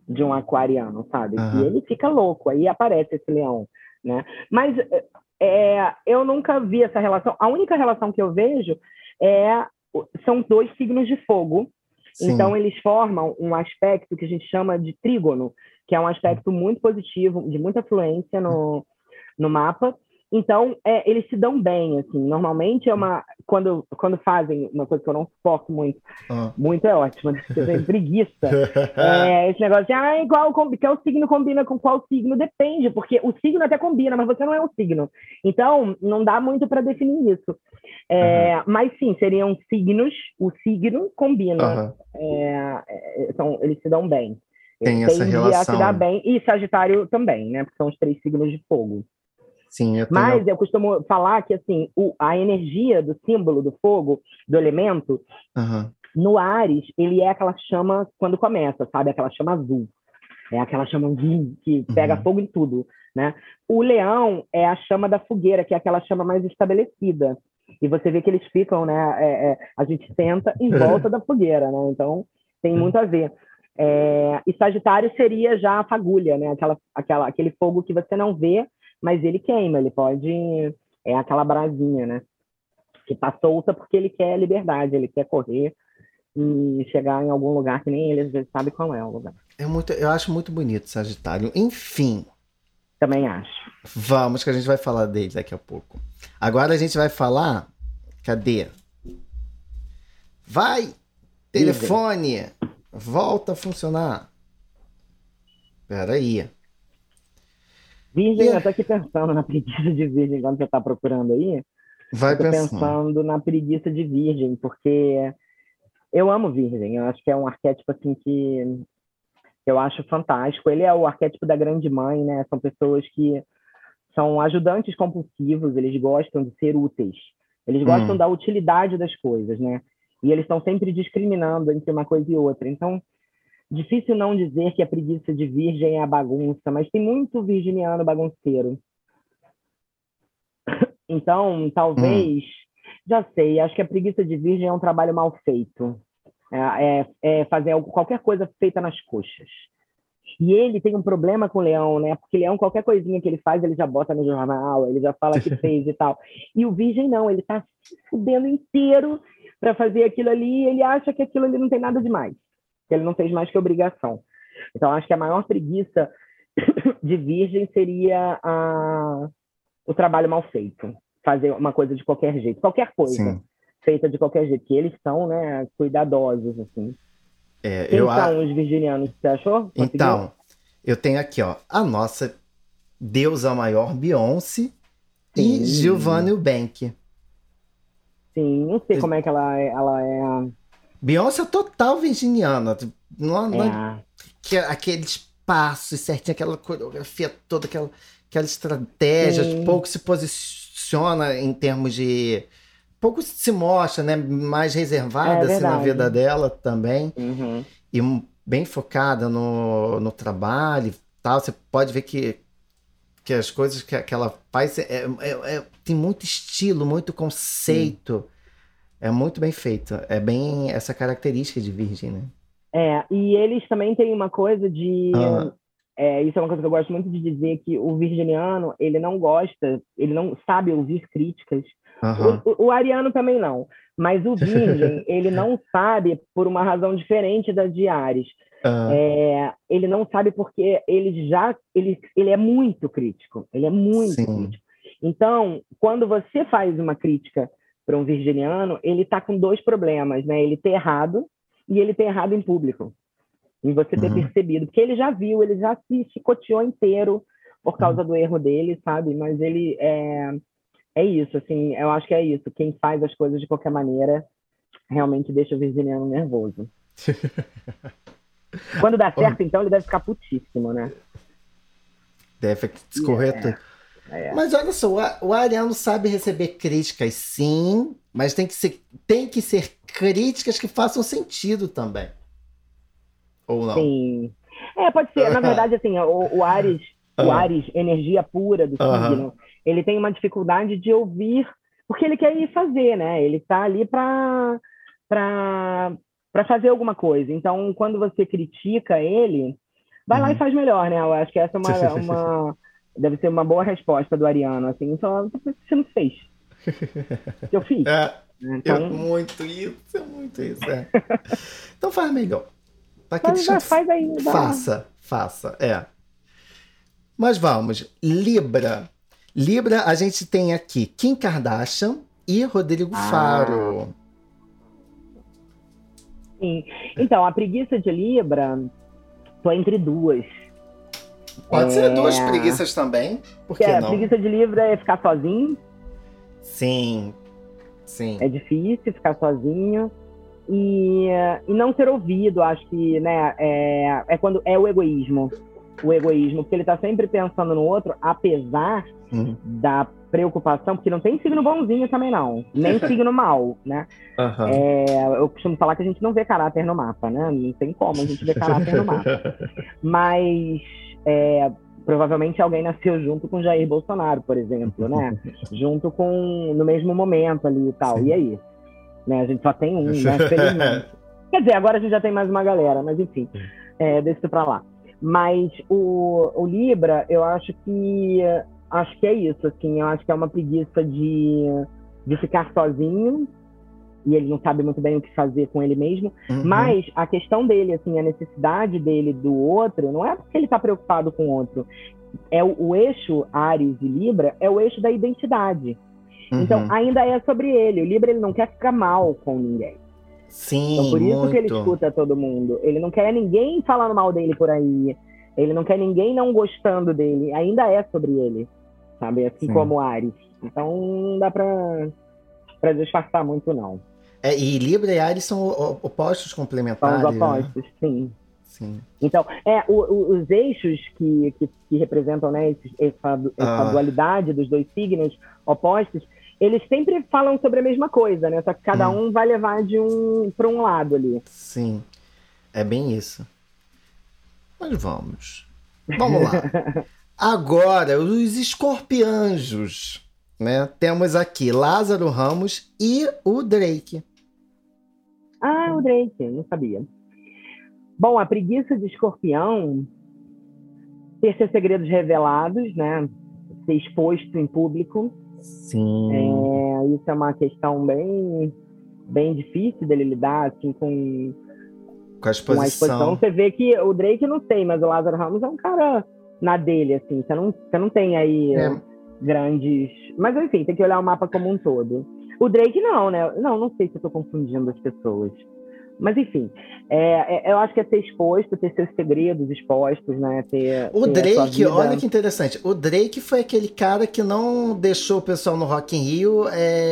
de um aquariano, sabe? Aham. E ele fica louco, aí aparece esse leão, né? Mas é, eu nunca vi essa relação. A única relação que eu vejo é são dois signos de fogo. Então, Sim. eles formam um aspecto que a gente chama de trígono, que é um aspecto muito positivo, de muita fluência no, no mapa. Então, é, eles se dão bem, assim. Normalmente, é uma quando, quando fazem uma coisa que eu não suporto muito, Ah. muito é ótimo, né? Você tem preguiça. É, esse negócio de, ah, igual, qual signo combina com qual signo? Depende, porque o signo até combina, mas você não é o signo. Então, não dá muito para definir isso. É, Aham. mas sim, seriam signos, o signo combina. Aham. É, é, então, eles se dão bem. Tem essa Tende a se dar relação. bem. E Sagitário também, né? Porque são os três signos de fogo. Sim, eu Mas tenho. eu costumo falar que assim, o, a energia do símbolo do fogo, do elemento, Aham. no Áries, ele é aquela chama quando começa, sabe? Aquela chama azul. É aquela chama vim, que pega Uhum. fogo em tudo, né? O leão é a chama da fogueira, que é aquela chama mais estabelecida. E você vê que eles ficam, né? É, é, a gente senta em volta da fogueira, né? Então, tem muito a ver. É, e Sagitário seria já a fagulha, né? Aquela, aquela, aquele fogo que você não vê, mas ele queima, ele pode... É aquela brasinha, né? Que tá solta porque ele quer liberdade, ele quer correr e chegar em algum lugar que nem ele às vezes sabe qual é o lugar. É muito, eu acho muito bonito Sagitário. Enfim, Também acho. vamos que a gente vai falar dele daqui a pouco. Agora a gente vai falar. Cadê? Vai! Telefone! Volta a funcionar. Peraí. Virgem, E eu tô aqui pensando na preguiça de virgem quando você tá procurando aí. vai Eu tô pensando. pensando na preguiça de virgem, porque eu amo virgem. Eu acho que é um arquétipo assim que eu acho fantástico. Ele é o arquétipo da grande mãe, né? São pessoas que são ajudantes compulsivos, eles gostam de ser úteis. Eles gostam Hum, da utilidade das coisas, né? E eles estão sempre discriminando entre uma coisa e outra. Então, difícil não dizer que a preguiça de virgem é a bagunça, mas tem muito virginiano bagunceiro. Então, hum. talvez, já sei, acho que a preguiça de virgem é um trabalho mal feito. É, é, é fazer algo, qualquer coisa feita nas coxas. E ele tem um problema com o leão, né? Porque leão, qualquer coisinha que ele faz, ele já bota no jornal, ele já fala que fez e tal. E o virgem não, ele tá se fudendo inteiro para fazer aquilo ali e ele acha que aquilo ali não tem nada demais. Que ele não fez mais que obrigação. Então, acho que a maior preguiça de virgem seria a, o trabalho mal feito. Fazer uma coisa de qualquer jeito. Qualquer coisa Sim. feita de qualquer jeito. Que eles são, né, cuidadosos, assim. É, eu, Quem a- são os virginianos? Você achou? Conseguiu? então, eu tenho aqui, ó, a nossa deusa maior, Beyoncé, e Giovanna Sim, Eubank. sim. Não sei como é que ela é. Ela é, Beyoncé é total virginiana. Não, é não, a- que, aqueles passos certinho, aquela coreografia toda, aquela, aquela estratégia, sim, pouco se posiciona em termos de. Pouco se mostra, né? Mais é reservada assim, na vida verdade. dela também. Uhum. E bem focada no, no trabalho e tal. Você pode ver que, que as coisas que, que ela faz é, é- é- tem muito estilo, muito Sim. conceito. É muito bem feito. É bem essa característica de Virgem, né? É, e eles também têm uma coisa de. Ah, É, isso é uma coisa que eu gosto muito de dizer, que o virginiano, ele não gosta, ele não sabe ouvir críticas. O, aham. o, o ariano também não. Mas o virgem, ele não sabe por uma razão diferente da de Ares. Ah, É, ele não sabe porque ele já ele, ele é muito crítico, ele é muito sim. crítico. Então, quando você faz uma crítica para um virginiano, ele está com dois problemas, né? Ele ter errado e ele ter errado em público, em você ter Uhum, percebido, porque ele já viu, ele já se chicoteou inteiro por uhum. causa do erro dele, sabe? Mas ele é, é isso, assim, eu acho que é isso. Quem faz as coisas de qualquer maneira realmente deixa o virginiano nervoso. Quando dá Oh, certo, então, ele deve ficar putíssimo, né? deve E discorrer é, tudo. é. Mas olha só, o a- o ariano sabe receber críticas, sim, mas tem que ser, tem que ser críticas que façam sentido também. Ou não? Sim. É, pode ser. Na verdade, assim, o, o Ares, o Ah, Ares, energia pura do aham. signo, ele tem uma dificuldade de ouvir, porque ele quer ir fazer, né? Ele está ali para para para fazer alguma coisa. Então, quando você critica ele, vai lá Uhum. e faz melhor, né? Eu acho que essa é uma, uma deve ser uma boa resposta do Ariano, assim, só você não fez, que eu fiz. É, eu, Então, muito isso, é muito isso, é. Então faz melhor. Tá aqui faz, vai, deixando. faz aí, vai lá. Faça, faça, é. Mas vamos, Libra. Libra, a gente tem aqui Kim Kardashian e Rodrigo Ah. Faro. Sim. Então, a preguiça de Libra, tô entre duas. Pode ser É. duas preguiças também, por Que que a não? preguiça de Libra é ficar sozinho, Sim, sim. é difícil ficar sozinho. E, e não ser ouvido, acho que, né, é, é quando é o egoísmo. O egoísmo, porque ele tá sempre pensando no outro, apesar Hum. da preocupação, porque não tem signo bonzinho também, não. Nem signo mal, né? Aham. É, eu costumo falar que a gente não vê caráter no mapa, né? Não tem como a gente ver caráter no mapa. Mas é, provavelmente alguém nasceu junto com Jair Bolsonaro, por exemplo, né? Junto com, no mesmo momento ali e tal. Sim. E aí? Né? A gente só tem um, né? Felizmente. Quer dizer, agora a gente já tem mais uma galera, mas enfim, é, deixa isso pra lá. Mas o, o Libra, eu acho que acho que é isso, assim, eu acho que é uma preguiça de, de ficar sozinho, e ele não sabe muito bem o que fazer com ele mesmo, Uhum. mas a questão dele, assim, a necessidade dele do outro, não é porque ele está preocupado com o outro, é o, o eixo Áries e Libra, é o eixo da identidade. Uhum. Então, ainda é sobre ele. O Libra, ele não quer ficar mal com ninguém. Sim, Então, por isso muito. que ele escuta todo mundo. Ele não quer ninguém falando mal dele por aí. Ele não quer ninguém não gostando dele. Ainda é sobre ele, sabe? Assim Sim. como Áries. Então, não dá pra, pra disfarçar muito, não. É, e Libra e Áries são o- opostos São complementares. os opostos, Né? sim. Sim. Então, é, o, o, os eixos que, que, que representam, né, esse, essa, essa Ah. dualidade dos dois signos opostos, eles sempre falam sobre a mesma coisa, né? Só que cada Hum. um vai levar de um para um lado ali. Sim. É bem isso. Mas vamos. Vamos lá. Agora, os escorpianjos. Né? Temos aqui Lázaro Ramos e o Drake. Ah, o Drake, não sabia. Bom, a preguiça de escorpião, ter seus segredos revelados, né? Ser exposto em público. Sim. É, isso é uma questão bem, bem difícil dele lidar assim, com, Com a exposição. com a exposição. Você vê que o Drake, não sei, mas o Lázaro Ramos é um cara na dele, assim. Você não, você não tem aí É. grandes... Mas, enfim, tem que olhar o mapa como um todo. O Drake não, né? Não, não sei se eu tô confundindo as pessoas. Mas, enfim, é, é, eu acho que é ser exposto, ter seus segredos expostos, né? Ter, O ter a sua Drake, vida. olha que interessante. O Drake foi aquele cara que não deixou o pessoal no Rock in Rio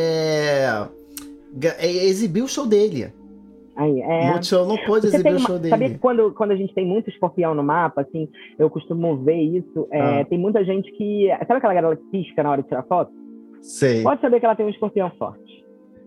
é, ga- é, exibir o show dele. Aí, é... Multishow não pôde Você exibir tem o uma- show dele. Sabia que quando, quando a gente tem muito escorpião no mapa, assim, eu costumo ver isso, é, Ah. tem muita gente que... Sabe aquela galera que pisca na hora de tirar foto? Sei. Pode saber que ela tem um escorpião forte.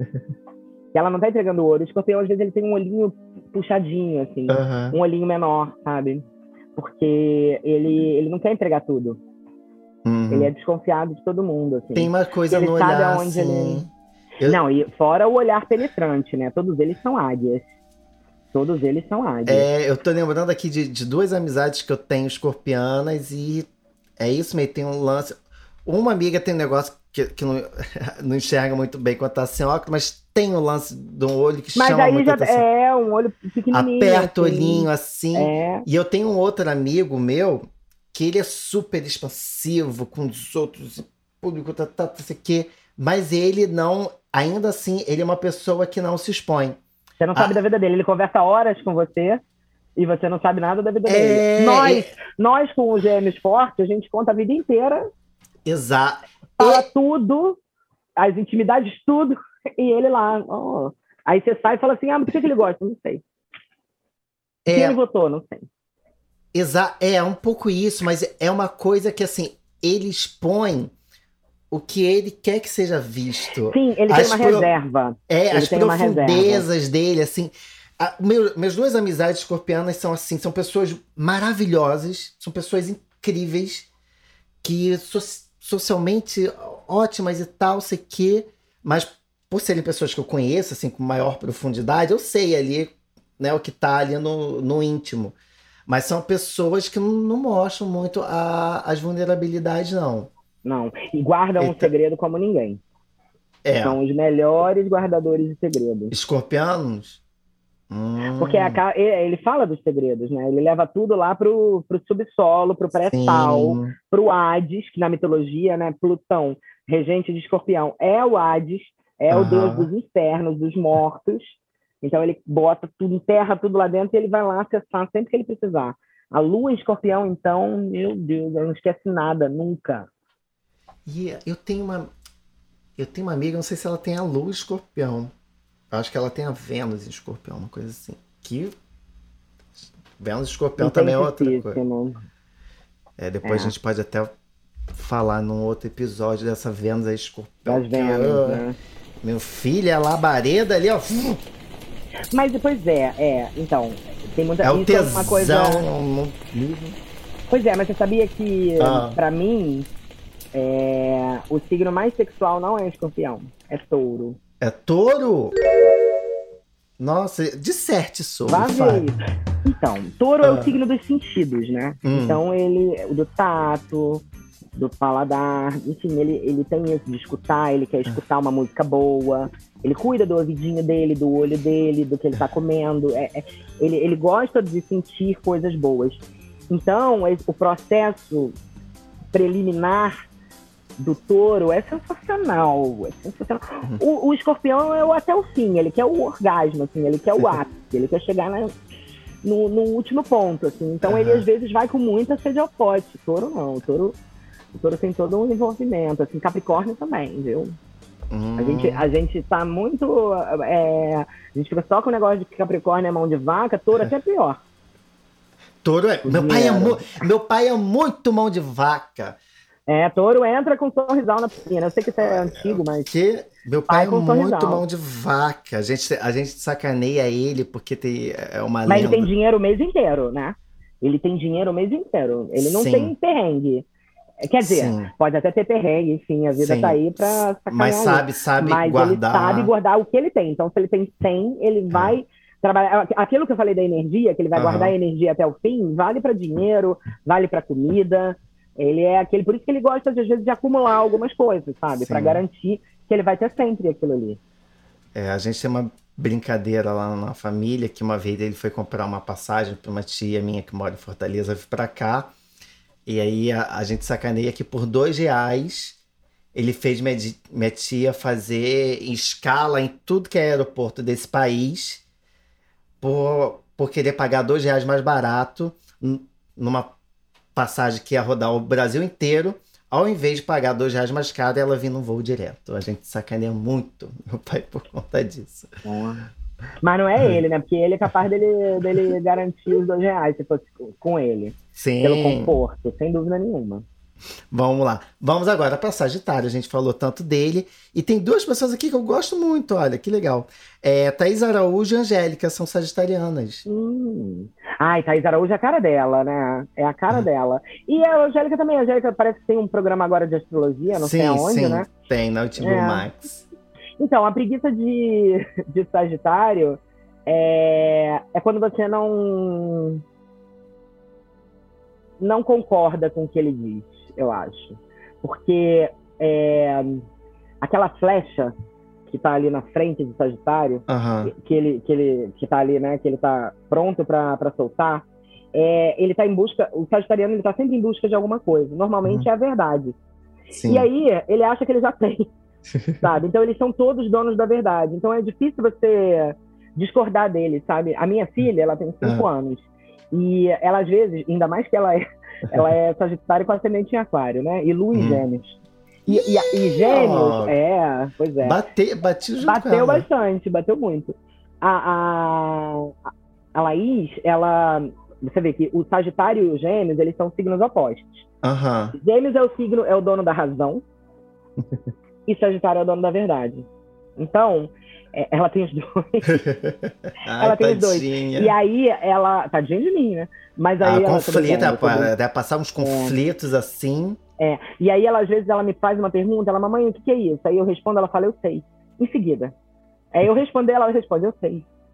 Que ela não tá entregando ouro. O escorpião, às vezes, ele tem um olhinho puxadinho, assim. Aham. Um olhinho menor, sabe? Porque ele, ele não quer entregar tudo. Uhum. Ele é desconfiado de todo mundo, assim. Tem uma coisa Ele no sabe olhar, aonde assim... Eu- Não, e fora o olhar penetrante, né? Todos eles são águias. Todos eles são águias. É, eu tô lembrando aqui de, de duas amizades que eu tenho escorpianas e é isso mesmo, tem um lance. Uma amiga tem um negócio que, que não, não enxerga muito bem quando tá sem óculos, mas tem o lance de um olho que Mas chama aí muita já atenção. é um olho pequenininho. Aperta o assim. olhinho assim. É. E eu tenho um outro amigo meu que ele é super expansivo com os outros, público, tá, tá, não sei o quê, mas ele não, ainda assim, ele é uma pessoa que não se expõe. Você não sabe Ah. da vida dele. Ele conversa horas com você e você não sabe nada da vida É, dele. Nós, é- nós, com os gêmeos fortes, a gente conta a vida inteira, Exato. fala tudo, as intimidades, tudo, e ele lá. ó. Aí você sai e fala assim, ah, mas por que que ele gosta? Não sei. Quem É, ele votou? Não sei. exa é um pouco isso, mas é uma coisa que assim, ele expõe o que ele quer que seja visto. Sim, ele As tem uma pro- reserva. É, Ele as tem uma profundezas dele, assim. A, meu, minhas duas amizades escorpianas são assim, são pessoas maravilhosas, são pessoas incríveis, que so, socialmente ótimas e tal, sei que, mas por serem pessoas que eu conheço, assim, com maior profundidade, eu sei ali, né, o que tá ali no, no íntimo. Mas são pessoas que não, não mostram muito a, as vulnerabilidades, não. Não. E guardam Eita. um segredo como ninguém. É. São os melhores guardadores de segredos. Escorpianos? Hum. Porque a, ele fala dos segredos, né? Ele leva tudo lá pro, pro subsolo, pro pré-sal, pro Hades, que na mitologia, né? Plutão, regente de Escorpião, é o Hades, é Aham. o deus dos infernos, dos mortos. Então ele bota tudo, enterra tudo lá dentro e ele vai lá acessar sempre que ele precisar. A lua em Escorpião, então, meu Deus, ela não esquece nada, nunca. E eu tenho uma, eu tenho uma amiga, não sei se ela tem a lua em Escorpião. Eu acho que ela tem a Vênus em Escorpião, uma coisa assim. Que Vênus em Escorpião também é outra coisa. É, depois é. a gente pode até falar num outro episódio dessa Vênus aí Escorpião. Das Vênus, eu, né? Meu filho, é a labareda ali, ó. Mas depois é, é, então, tem muita... É o tesão. Uma coisa... Pois é, mas você sabia que, ah. pra mim, é, o signo mais sexual não é Escorpião, é Touro. É Touro? Nossa, disserte sobre. Então, Touro ah. é o signo dos sentidos, né? Hum. Então, ele, do tato, do paladar, enfim, ele, ele tem isso de escutar, ele quer escutar uma música boa, ele cuida do ouvidinho dele, do olho dele, do que ele tá comendo, é, é, ele, ele gosta de sentir coisas boas. Então, o processo preliminar do Touro é sensacional, é sensacional. Uhum. O, o Escorpião é o, até o fim, ele quer o orgasmo, assim, ele quer o ápice, ele quer chegar na, no, no último ponto, assim. Então uhum. ele às vezes vai com muita sede ao pote. Touro não, o Touro, o Touro tem todo um envolvimento, assim, Capricórnio também, viu? Uhum. A, gente, a gente tá muito... É, a gente fica só com o negócio de que Capricórnio é mão de vaca, Touro até é pior. Touro é... Meu pai é, mu... meu pai é muito mão de vaca. É, Touro entra com sorrisal na piscina. Eu sei que isso é antigo, mas... Que meu pai, pai é muito sorrisal. Mão de vaca. A gente, a gente sacaneia ele porque tem, é uma Mas lenda. Ele tem dinheiro o mês inteiro, né? Ele tem dinheiro o mês inteiro. Ele não Sim. tem perrengue. Quer dizer, Sim. pode até ter perrengue, enfim, a vida Sim. tá aí pra sacanear. Mas sabe, sabe mas guardar. Mas ele sabe guardar o que ele tem. Então, se ele tem cem, ele vai... É. trabalhar. Aquilo que eu falei da energia, que ele vai uhum. guardar a energia até o fim, vale para dinheiro, vale para comida. Ele é aquele, por isso que ele gosta de, às vezes, de acumular algumas coisas, sabe? Para garantir que ele vai ter sempre aquilo ali. É, a gente tem uma brincadeira lá na família, que uma vez ele foi comprar uma passagem para uma tia minha que mora em Fortaleza, vir para cá, e aí a, a gente sacaneia que por dois reais ele fez minha, minha tia fazer escala em tudo que é aeroporto desse país, por, por querer pagar dois reais mais barato numa passagem que ia rodar o Brasil inteiro, ao invés de pagar dois reais mais caro, ela vinha num voo direto. A gente sacaneia muito meu pai por conta disso. Mas não é ele, né? Porque ele é capaz dele, dele garantir os dois reais se fosse com ele. Sim. Pelo conforto, sem dúvida nenhuma. Vamos lá. Vamos agora para Sagitário. A gente falou tanto dele. E tem duas pessoas aqui que eu gosto muito. Olha, que legal. É, Thaís Araújo e Angélica são sagitarianas. Hum. Ai, Thaís Araújo é a cara dela, né? É a cara dela. E a Angélica também. A Angélica parece que tem um programa agora de astrologia, não sim, sei aonde, sim, né? Tem, na Último é. Max. Então, a preguiça de, de Sagitário é, é quando você não... não concorda com o que ele diz, eu acho. Porque é, aquela flecha que tá ali na frente do Sagitário, uhum. que ele que ele que tá ali, né, que ele tá pronto para soltar, é, ele tá em busca, o sagitariano ele tá sempre em busca de alguma coisa. Normalmente uhum. é a verdade. Sim. E aí ele acha que ele já tem, sabe? Então eles são todos donos da verdade. Então é difícil você discordar dele, sabe? A minha filha, ela tem cinco uhum. anos. E ela, às vezes, ainda mais que ela é, ela é Sagitário com ascendente em Aquário, né? E Lua em Gêmeos. E, e, e Gêmeos, oh, é, pois é. Bate, bati junto bateu bastante, bateu muito. A, a, a Laís, ela... Você vê que o Sagitário e o Gêmeos, eles são signos opostos. Uhum. Gêmeos é o signo, é o dono da razão. E Sagitário é o dono da verdade. Então... ela tem os dois. Ai, ela tem tadinha. os dois. E aí ela... Tadinha de mim, né? Mas aí ah, ela... conflito, deve passar uns conflitos é. assim. É. E aí ela, às vezes, ela me faz uma pergunta, ela, mamãe, o que, que é isso? Aí eu respondo, ela fala, eu sei. Em seguida. Aí eu respondo, ela responde, eu sei.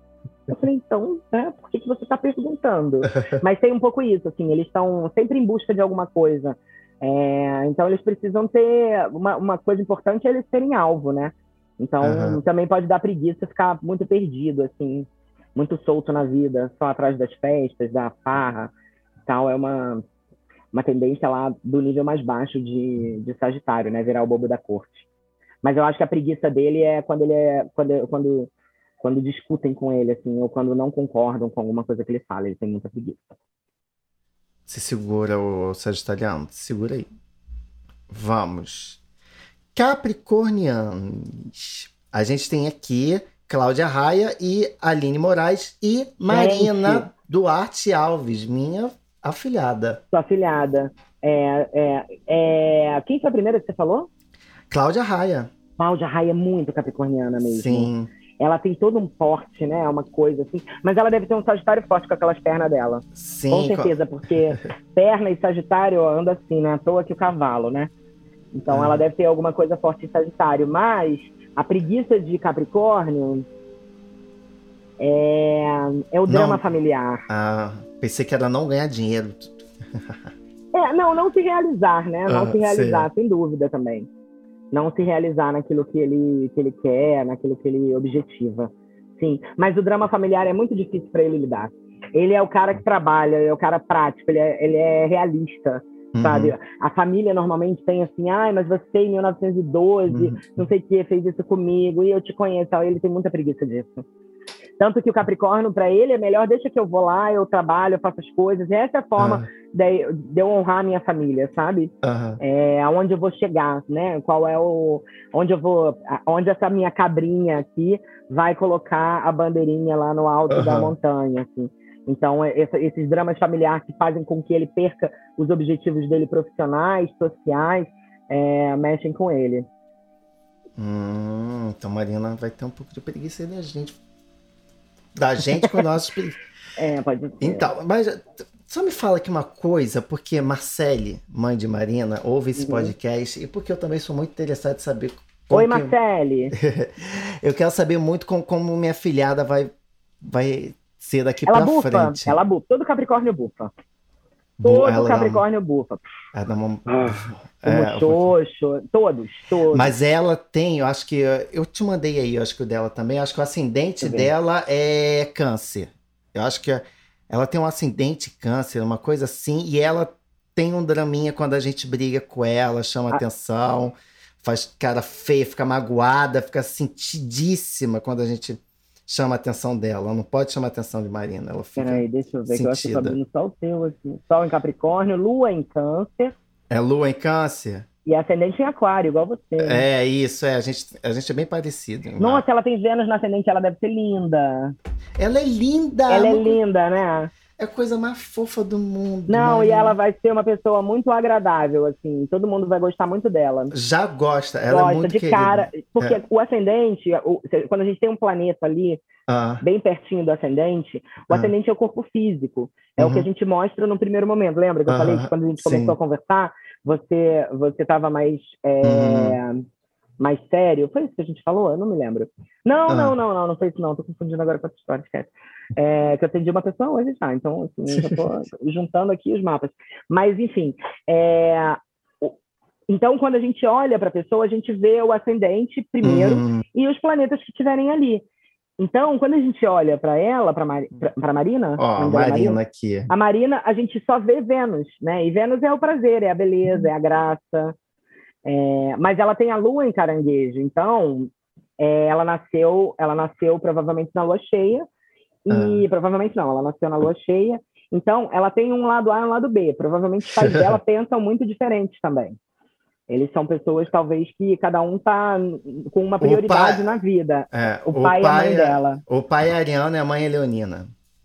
Eu falei, então, né, por que, que você está perguntando? Mas tem um pouco isso, assim, eles estão sempre em busca de alguma coisa. É, então, eles precisam ter... Uma, uma coisa importante é eles serem alvo, né? Então, Aham. também pode dar preguiça ficar muito perdido, assim, muito solto na vida, só atrás das festas, da farra e tal. É uma, uma tendência lá do nível mais baixo de, de Sagitário, né? Virar o bobo da corte. Mas eu acho que a preguiça dele é quando ele é... Quando, quando, quando discutem com ele, assim, ou quando não concordam com alguma coisa que ele fala. Ele tem muita preguiça. Se segura, o Sagitariano. Segura aí. Vamos. Capricornianos. A gente tem aqui Cláudia Raia e Aline Moraes e Marina Gente. Duarte Alves, minha afilhada. Sua afilhada. É, é, é... Quem foi a primeira que você falou? Cláudia Raia. Cláudia Raia é muito capricorniana mesmo. Sim. Ela tem todo um porte, né? Uma coisa assim. Mas ela deve ter um Sagitário forte com aquelas pernas dela. Sim. Com certeza, porque perna e Sagitário anda assim, né? À toa que o cavalo, né? Então Ah. ela deve ter alguma coisa forte em Sagitário. Mas a preguiça de Capricórnio é, é o drama Não. familiar. Ah, pensei que era não ganhar dinheiro. É, não, não se realizar, né? Não Ah, se realizar, sim. sem dúvida também. Não se realizar naquilo que ele, que ele quer, naquilo que ele objetiva. Sim, mas o drama familiar é muito difícil para ele lidar. Ele é o cara que trabalha, é o cara prático, ele é, ele é realista, Uhum. sabe? A família normalmente tem assim, ai, mas você em mil novecentos e doze, Uhum. não sei o que, fez isso comigo, e eu te conheço. Ele tem muita preguiça disso. Tanto que o Capricórnio, para ele, é melhor, deixa que eu vou lá, eu trabalho, eu faço as coisas. E essa é a forma Ah. de, de eu honrar a minha família, sabe? Aham. É, aonde eu vou chegar, né? Qual é o... Onde eu vou... Onde essa minha cabrinha aqui vai colocar a bandeirinha lá no alto da Aham. montanha, assim. Então, essa, esses dramas familiares que fazem com que ele perca os objetivos dele profissionais, sociais, é, mexem com ele. Hum, então Marina vai ter um pouco de preguiça aí da gente. Da gente com nossos preguiças. É, pode ser. Então, mas só me fala aqui uma coisa, porque Marcele, mãe de Marina, ouve esse Uhum. podcast e porque eu também sou muito interessado em saber como Oi, que... Marcele. Eu quero saber muito como, como minha filhada vai, vai ser daqui Ela pra bufa, frente. ela bufa. Todo Capricórnio bufa. Bu- Todo ela dá uma- Capricórnio bufa. ela dá uma- O É, Muxoxo, todos, todos. mas ela tem, eu acho que. Eu te mandei aí, eu acho que o dela também. Eu acho que o ascendente Deixa eu ver. dela é câncer. Eu acho que ela tem um ascendente câncer, uma coisa assim, e ela tem um draminha quando a gente briga com ela, chama Ah. atenção, faz cara feia, fica magoada, fica sentidíssima quando a gente chama a atenção dela. Ela não pode chamar a atenção de Marina, ela fica. Peraí, deixa eu ver, que eu acho que eu tô sentida. abrindo só o seu aqui. Sol em Capricórnio, Lua em Câncer É lua em câncer? e ascendente em Aquário, igual você. né? É isso, é. A gente, a gente é bem parecido. em Nossa, mapa. ela tem Vênus na ascendente, ela deve ser linda. Ela é linda! ela é uma co- linda, né? É a coisa mais fofa do mundo. Não, e Marina. ela vai ser uma pessoa muito agradável, assim. Todo mundo vai gostar muito dela. Já gosta, ela é Gosta muito de querida. cara. Porque É. o ascendente, o- quando a gente tem um planeta ali, Ah, bem pertinho do ascendente, o Ah. ascendente é o corpo físico. É o que a Uhum. gente mostra no primeiro momento. Lembra que eu falei Aham, que quando a gente sim. começou a conversar, você você estava mais, é, mais sério? Foi isso que a gente falou? Eu não me lembro. Não, Ah. não, não, não, não foi isso não. Tô confundindo agora com outra história, esquece. É, que eu atendi uma pessoa hoje já, então assim, eu já tô juntando aqui os mapas. Mas, enfim, é, o- então quando a gente olha para a pessoa, a gente vê o ascendente primeiro, Uhum. e os planetas que estiverem ali. Então, quando a gente olha para ela, para Mari, a Marina, Ó, o a nome dela é Marina aqui. a Marina, a gente só vê Vênus, né? E Vênus é o prazer, é a beleza, é a graça. É, mas ela tem a Lua em Caranguejo, então é, ela nasceu, ela nasceu provavelmente na Lua cheia, e provavelmente não, ela nasceu na Lua cheia. Então, ela tem um lado A e um lado B. Provavelmente os pais dela pensam muito diferentes também. Eles são pessoas, talvez, que cada um tá com uma prioridade pai- na vida. É, O pai e a mãe é- dela. O pai é Ariano e a mãe é Leonina.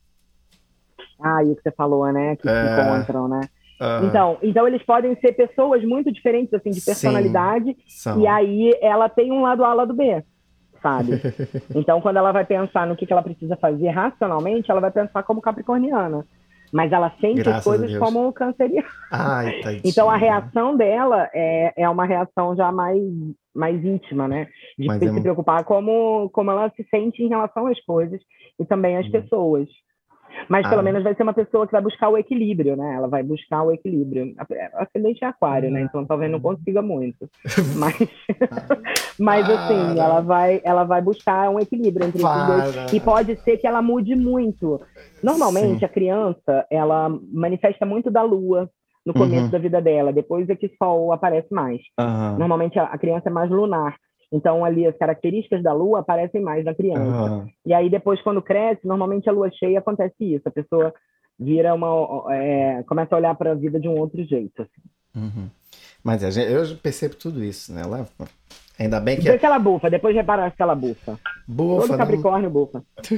Ah, e o que você falou, né? Que se É. encontram, né? Aham, Então, então, eles podem ser pessoas muito diferentes, assim, de Sim. personalidade. são. E aí, ela tem um lado A, lado B, sabe? Então, quando ela vai pensar no que que ela precisa fazer racionalmente, ela vai pensar como capricorniana. Mas ela sente Graças as coisas a Deus. como canceriana. Ai, tadinha. Então, a reação dela é, é uma reação já mais mais íntima, né? De Mas se é- preocupar como, como ela se sente em relação às coisas e também às Hum. pessoas. Mas pelo Ah. menos vai ser uma pessoa que vai buscar o equilíbrio, né? Ela vai buscar o equilíbrio. A- Ascendente é aquário, né? Então talvez não consiga muito. Mas, mas assim, Para. ela vai, ela vai buscar um equilíbrio entre esses dois. Para. E pode ser que ela mude muito. Normalmente, Sim. a criança, ela manifesta muito da lua no começo Uhum. da vida dela. Depois é que o sol aparece mais. Aham. Normalmente, a a criança é mais lunar. Então, ali, as características da lua aparecem mais na criança. Aham. E aí, depois, quando cresce, normalmente a lua cheia acontece isso. A pessoa vira uma... é, começa a olhar para a vida de um outro jeito. Assim. Uhum. Mas a gente- eu percebo tudo isso, né? Ela- ainda bem que Depois é que ela bufa, depois repara que ela bufa. bufa. Todo Não... Capricórnio bufa.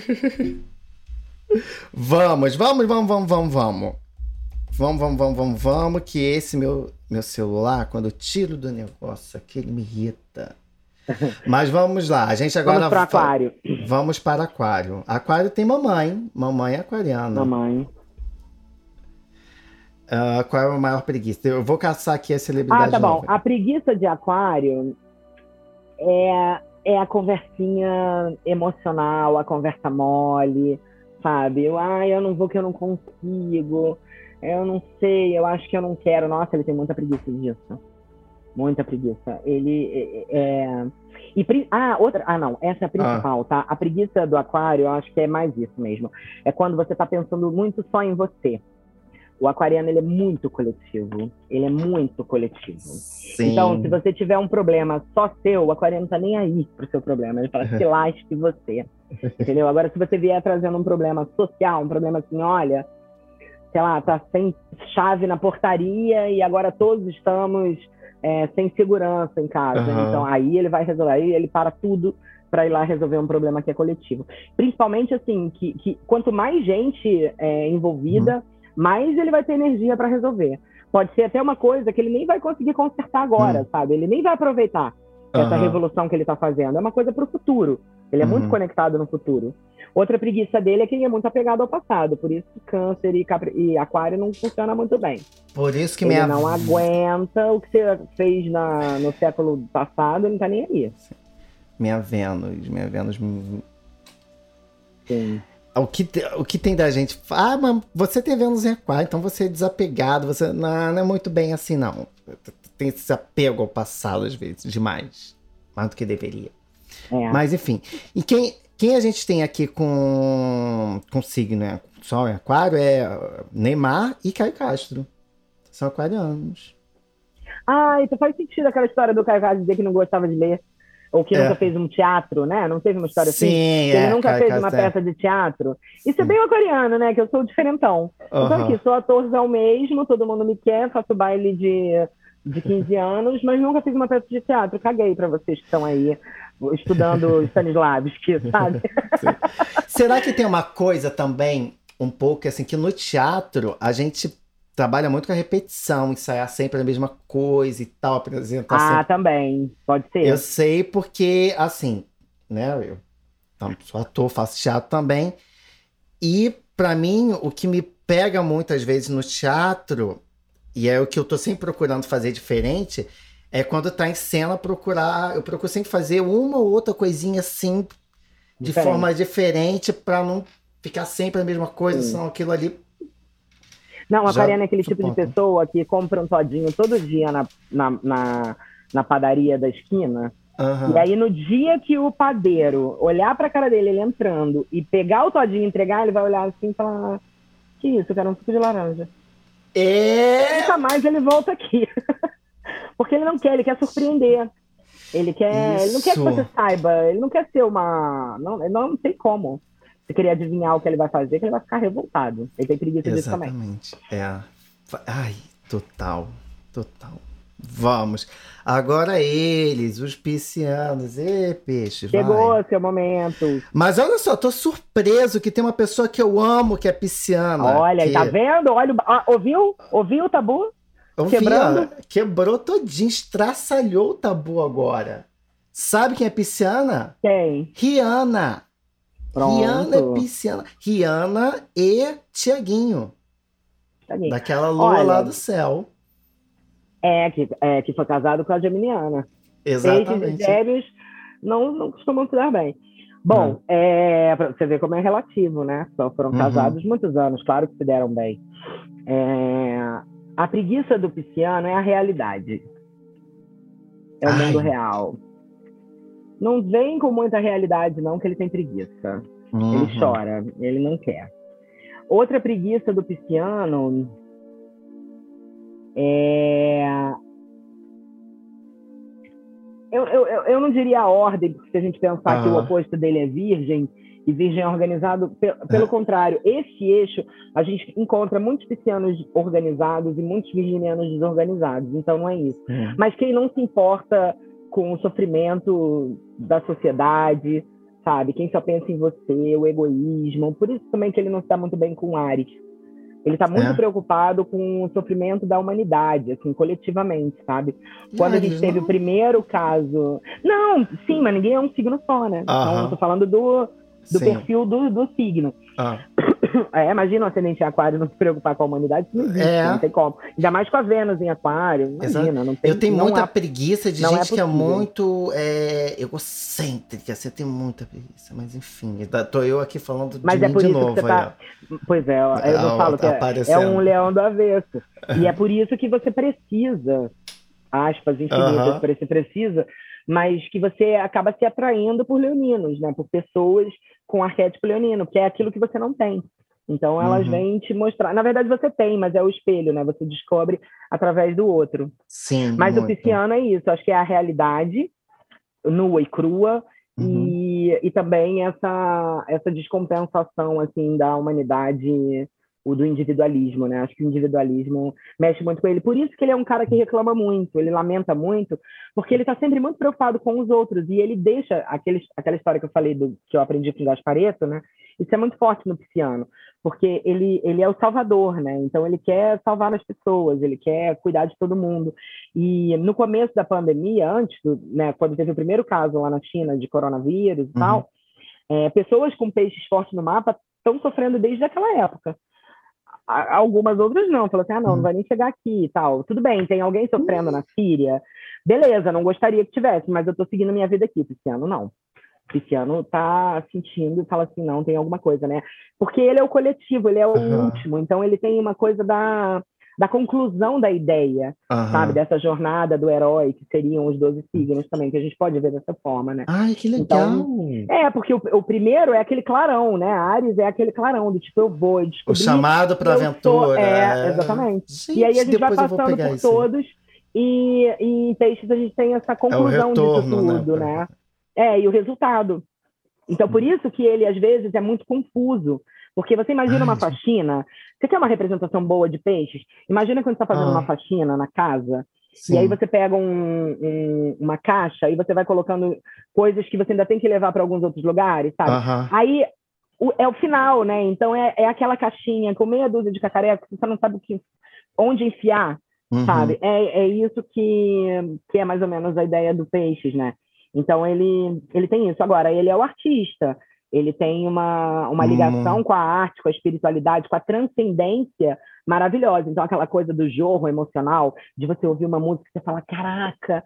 Vamos, vamos, vamos, vamos, vamos, vamos. Vamos, vamos, vamos, vamos, vamos, que esse meu, meu celular, quando eu tiro do negócio aqui, ele me irrita. Mas vamos lá, a gente agora... Vamos para fa- aquário. Vamos para aquário. Aquário tem mamãe, mamãe é aquariana. Mamãe. Ah, qual é a maior preguiça? Eu vou caçar aqui a Ah, celebridade tá bom. nova. A preguiça de aquário é, é a conversinha emocional, a conversa mole, sabe? Eu, ai, eu não vou que eu não consigo. Eu não sei, eu acho que eu não quero. Nossa, ele tem muita preguiça disso. Muita preguiça. Ele é... é- E, pri- ah, outra... Ah, não. Essa é a principal, tá? A preguiça do aquário, eu acho que é mais isso mesmo. É quando você tá pensando muito só em você. O aquariano, ele é muito coletivo. Ele é muito coletivo. Sim. Então, se você tiver um problema só seu, o aquariano não tá nem aí pro seu problema. Ele fala, se lasque você. Entendeu? Agora, se você vier trazendo um problema social, um problema assim, olha, sei lá, tá sem chave na portaria e agora todos estamos é, sem segurança em casa. Aham. Então, aí ele vai resolver. Aí ele para tudo para ir lá resolver um problema que é coletivo. Principalmente, assim, que, que quanto mais gente é, envolvida, mais ele vai ter energia para resolver. Pode ser até uma coisa que ele nem vai conseguir consertar agora, Hum. sabe? Ele nem vai aproveitar essa Aham. revolução que ele está fazendo. É uma coisa para o futuro. Ele é muito Uhum. conectado no futuro. Outra preguiça dele é que ele é muito apegado ao passado. Por isso que câncer e, capri... e aquário não funciona muito bem. Por isso que Ele minha... não aguenta o que você fez na... no século passado, ele não tá nem aí. Minha Vênus, minha Vênus... Sim. O que, te- o que tem da gente... Ah, mas você tem Vênus em aquário, então você é desapegado, você... Não, não é muito bem assim, não. Tem esse apego ao passado, às vezes, demais. Mais do que deveria. É. Mas, enfim. E quem, quem a gente tem aqui com, com signo, né? Sol em aquário é Neymar e Caio Castro. São aquarianos. Ah, então faz sentido aquela história do Caio Castro dizer que não gostava de ler. Ou que É. nunca fez um teatro, né? Não teve uma história assim? Sim, Que é. ele nunca Caio fez Castro uma é. peça de teatro. Isso é bem aquariano, né? Que eu sou diferentão. Eu tô Aham. aqui, sou atorzão mesmo, todo mundo me quer, faço baile de, de quinze anos, mas nunca fiz uma peça de teatro. Caguei pra vocês que estão aí estudando Stanislavski, sabe? Será que tem uma coisa também, um pouco assim, que no teatro a gente trabalha muito com a repetição, ensaiar sempre a mesma coisa e tal, apresentar Ah, sempre. também. Pode ser. Eu sei porque, assim, né, eu então, sou ator, faço teatro também, e pra mim, o que me pega muitas vezes no teatro, e é o que eu tô sempre procurando fazer diferente, é quando tá em cena procurar, eu procuro sempre fazer uma ou outra coisinha assim, de Diferente. forma diferente, pra não ficar sempre a mesma coisa, Sim. senão aquilo ali... Não, a Já Kariana é aquele tipo de suporta. pessoa que compra um todinho todo dia na, na, na, na padaria da esquina. Aham. E aí, no dia que o padeiro olhar pra cara dele, ele entrando, e pegar o todinho e entregar, ele vai olhar assim e falar: que isso, eu quero um suco de laranja. É... Nunca mais ele volta aqui. Porque ele não quer, ele quer surpreender. Ele quer, ele não quer que Isso. você saiba, ele não quer ser uma. Não, não, não tem como. Você querer adivinhar o que ele vai fazer, que ele vai ficar revoltado. Ele tem preguiça disso também. Exatamente. É. Ai, total. Total. Vamos. Agora eles, os piscianos. Ê, peixe, Chegou vai. seu momento. Mas olha só, tô surpreso que tem uma pessoa que eu amo, que é pisciana. Olha, que... tá vendo? Olha, o- ó, ouviu? Ouviu o tabu? Eu vi, Quebrando? ó, quebrou todinho, estraçalhou o tabu agora. Sabe quem é pisciana? Quem? Rihanna. Rihanna é Pronto. pisciana. Rihanna e Tiaguinho. Tá aqui. Daquela lua Olha. lá do céu. É que, é, que foi casado com a Geminiana. Exatamente. Peixes e gêmeos não, não costumam se dar bem. Bom, é, pra você ver como é relativo, né? Só foram Uhum. casados muitos anos, claro que se deram bem. É, a preguiça do pisciano é a realidade. É o Ai. mundo real. Não vem com muita realidade, não, que ele tem preguiça. Uhum. Ele chora, ele não quer. Outra preguiça do pisciano é... Eu, eu, eu não diria a ordem, porque se a gente pensar Uhum. que o oposto dele é virgem, e virgem é organizado, pelo, pelo contrário, esse eixo, a gente encontra muitos piscianos organizados e muitos virginianos desorganizados, então não é isso. Uhum. Mas quem não se importa com o sofrimento da sociedade, sabe? Quem só pensa em você, o egoísmo, por isso também que ele não está muito bem com Áries. Ele está muito É. preocupado com o sofrimento da humanidade, assim, coletivamente, sabe? Quando a gente Ares, teve não? o primeiro caso... Não, sim, mas ninguém é um signo só, né? Aham. Então, eu tô falando do, do Sim. perfil do, do signo. Ah. É, imagina um ascendente em aquário não se preocupar com a humanidade, isso não existe, É. não tem como. Ainda mais com a Vênus em aquário, imagina. Exato. Não tem, Eu tenho não muita é, preguiça de não é gente que é possível. muito é, egocêntrica. Você tem muita preguiça, mas enfim. tá- Tô eu aqui falando Mas de é mim por de isso novo. que você tá... aí, Pois é, eu Ah, falo que é, é aparecendo. um leão do avesso. E é por isso que você precisa, aspas infinitas, Aham. para você precisa, mas que você acaba se atraindo por leoninos, né? Por pessoas com arquétipo leonino, que é aquilo que você não tem. Então elas Uhum. vêm te mostrar. Na verdade você tem, mas é o espelho, né? Você descobre através do outro. Sim, Mas muito. o pisciano é isso, acho que é a realidade nua e crua, Uhum. e, e também essa, essa descompensação assim, da humanidade, o do individualismo, né? Acho que o individualismo mexe muito com ele. Por isso que ele é um cara que reclama muito, ele lamenta muito, porque ele está sempre muito preocupado com os outros, e ele deixa aquele, aquela história que eu falei, do, que eu aprendi com o Gasparetto, né? Isso é muito forte no pisciano, porque ele, ele é o salvador, né? Então ele quer salvar as pessoas, ele quer cuidar de todo mundo. E no começo da pandemia, antes, do, né, quando teve o primeiro caso lá na China de coronavírus e Uhum. tal, é, pessoas com peixes fortes no mapa estão sofrendo desde aquela época. A- Algumas outras não, falou assim, ah, não, não Uhum. vai nem chegar aqui e tal. Tudo bem, tem alguém sofrendo na Síria? Beleza, não gostaria que tivesse, mas eu tô seguindo minha vida aqui, pisciano não. Pisciano tá sentindo e fala assim, não, tem alguma coisa, né? Porque ele é o coletivo, ele é o Aham. último, então ele tem uma coisa da, da conclusão da ideia, Aham. sabe? Dessa jornada do herói, que seriam os doze signos também, que a gente pode ver dessa forma, né? Ai, que legal. Então, é, porque o, o primeiro é aquele clarão, né? Ares é aquele clarão, do tipo, eu vou eu O descobrir... chamado para eu sou- aventura. É, exatamente. Gente, E aí a gente vai depois eu vou passando pegar por isso aí. todos, e, e em Peixes a gente tem essa conclusão retorno, disso tudo, né? né? É, e o resultado. Então, por isso que ele, às vezes, é muito confuso. Porque você imagina Ai, uma gente. faxina... Você quer uma representação boa de peixes? Imagina quando você está fazendo Ah. uma faxina na casa, Sim. e aí você pega um, um, uma caixa e você vai colocando coisas que você ainda tem que levar para alguns outros lugares, sabe? Aham. Aí o, é o final, né? Então é, é aquela caixinha com meia dúzia de cacareco, você não sabe o que, onde enfiar, Uhum. sabe? É, é isso que, que é mais ou menos a ideia do Peixes, né? Então ele, ele tem isso. Agora, ele é o artista, ele tem uma, uma ligação Hum. com a arte, com a espiritualidade, com a transcendência maravilhosa. Então aquela coisa do jorro emocional, de você ouvir uma música e você falar, caraca,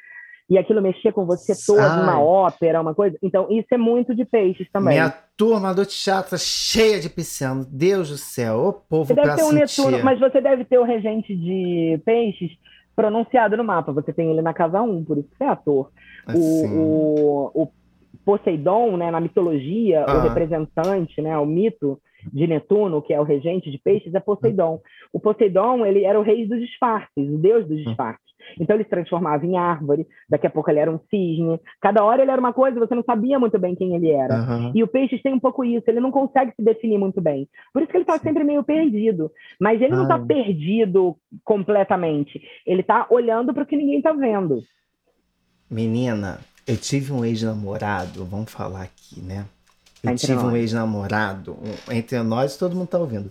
e aquilo mexer com você todo, Ai. uma ópera, uma coisa. Então isso é muito de Peixes também. Minha turma do teatro cheia de pisciano. Deus do céu, o povo Você deve pra ter um sentir. Netuno, mas você deve ter o regente de Peixes pronunciado no mapa. Você tem ele na casa um, por isso que você é ator. Assim. O, o, o Poseidon, né, na mitologia, Ah. o representante, né, o mito de Netuno, que é o regente de Peixes, é Poseidon. O Poseidon, ele era o rei dos disfarces, o deus dos disfarces. Então ele se transformava em árvore, daqui a pouco ele era um cisne. Cada hora ele era uma coisa, você não sabia muito bem quem ele era. Aham. E o Peixes tem um pouco isso, ele não consegue se definir muito bem. Por isso que ele está sempre meio perdido. Mas ele não está Ai. perdido completamente. Ele está olhando para o que ninguém está vendo. Menina, eu tive um ex-namorado, vamos falar aqui, né? Eu Entre tive um nós. ex-namorado, um- entre nós, todo mundo tá ouvindo.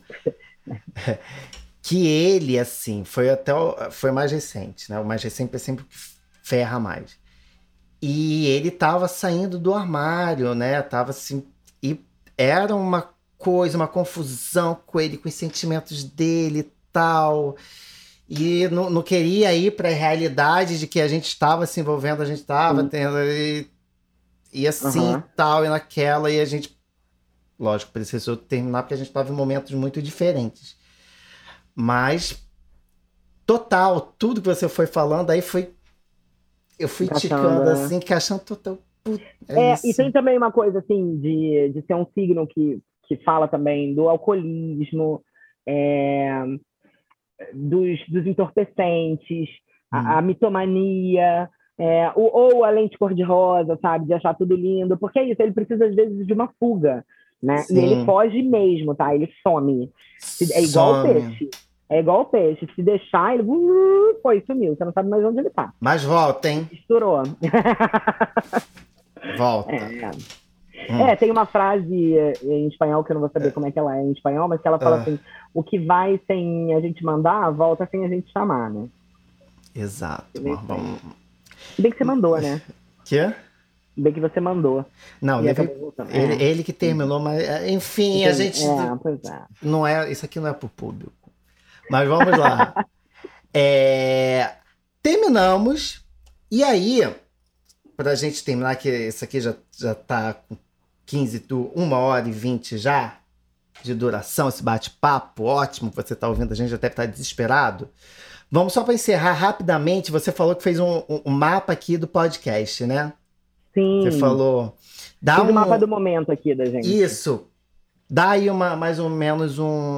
Que ele, assim, foi até o, foi mais recente, né? O mais recente é sempre o que ferra mais. E ele tava saindo do armário, né? Tava assim, e era uma coisa, uma confusão com ele, com os sentimentos dele e tal. e não, não queria ir para a realidade de que a gente estava se envolvendo, a gente estava Sim. tendo. E, e assim, Aham. tal, e naquela, e a gente, lógico, precisou terminar porque a gente estava em momentos muito diferentes. Mas, total, tudo que você foi falando, aí foi. Eu fui Encaixando, ticando né? assim, encaixando total. Puta, é É, e isso. tem também uma coisa, assim, de, de ser um signo que, que fala também do alcoolismo, é, dos, dos entorpecentes, a, a Hum. mitomania, é, o, ou a lente cor-de-rosa, sabe? De achar tudo lindo. Porque é isso, ele precisa, às vezes, de uma fuga, né? E ele Sim. foge mesmo, tá? Ele some. Se- É igual o Some. peixe. É igual o peixe. Se deixar, ele uh, foi, sumiu. Você não sabe mais onde ele tá. Mas volta, hein? Misturou. Volta. É, Hum. é, tem uma frase eh, em espanhol, que eu não vou saber como é que ela é em espanhol, mas que ela fala Ah, assim: o que vai sem a gente mandar, volta sem a gente chamar, né? exato. É Mas isso aí. vamos. Se bem que você mandou, né? Quê? Se bem que você mandou. Não, E levei. acabou voltando. Ele, É, ele que terminou, mas é, enfim, a entendi. gente. É, pois é. Não é. Isso aqui não é pro público. Mas vamos lá. É, terminamos. E aí, pra gente terminar, que isso aqui já, já tá com quinze, tu, uma hora e vinte já de duração, esse bate-papo ótimo que você tá ouvindo, a gente já deve estar desesperado. Vamos só para encerrar rapidamente, você falou que fez um, um- um mapa aqui do podcast, né? Você Sim. falou. Dá Fiz o mapa um. do momento aqui da gente. Isso. Dá aí uma, mais ou menos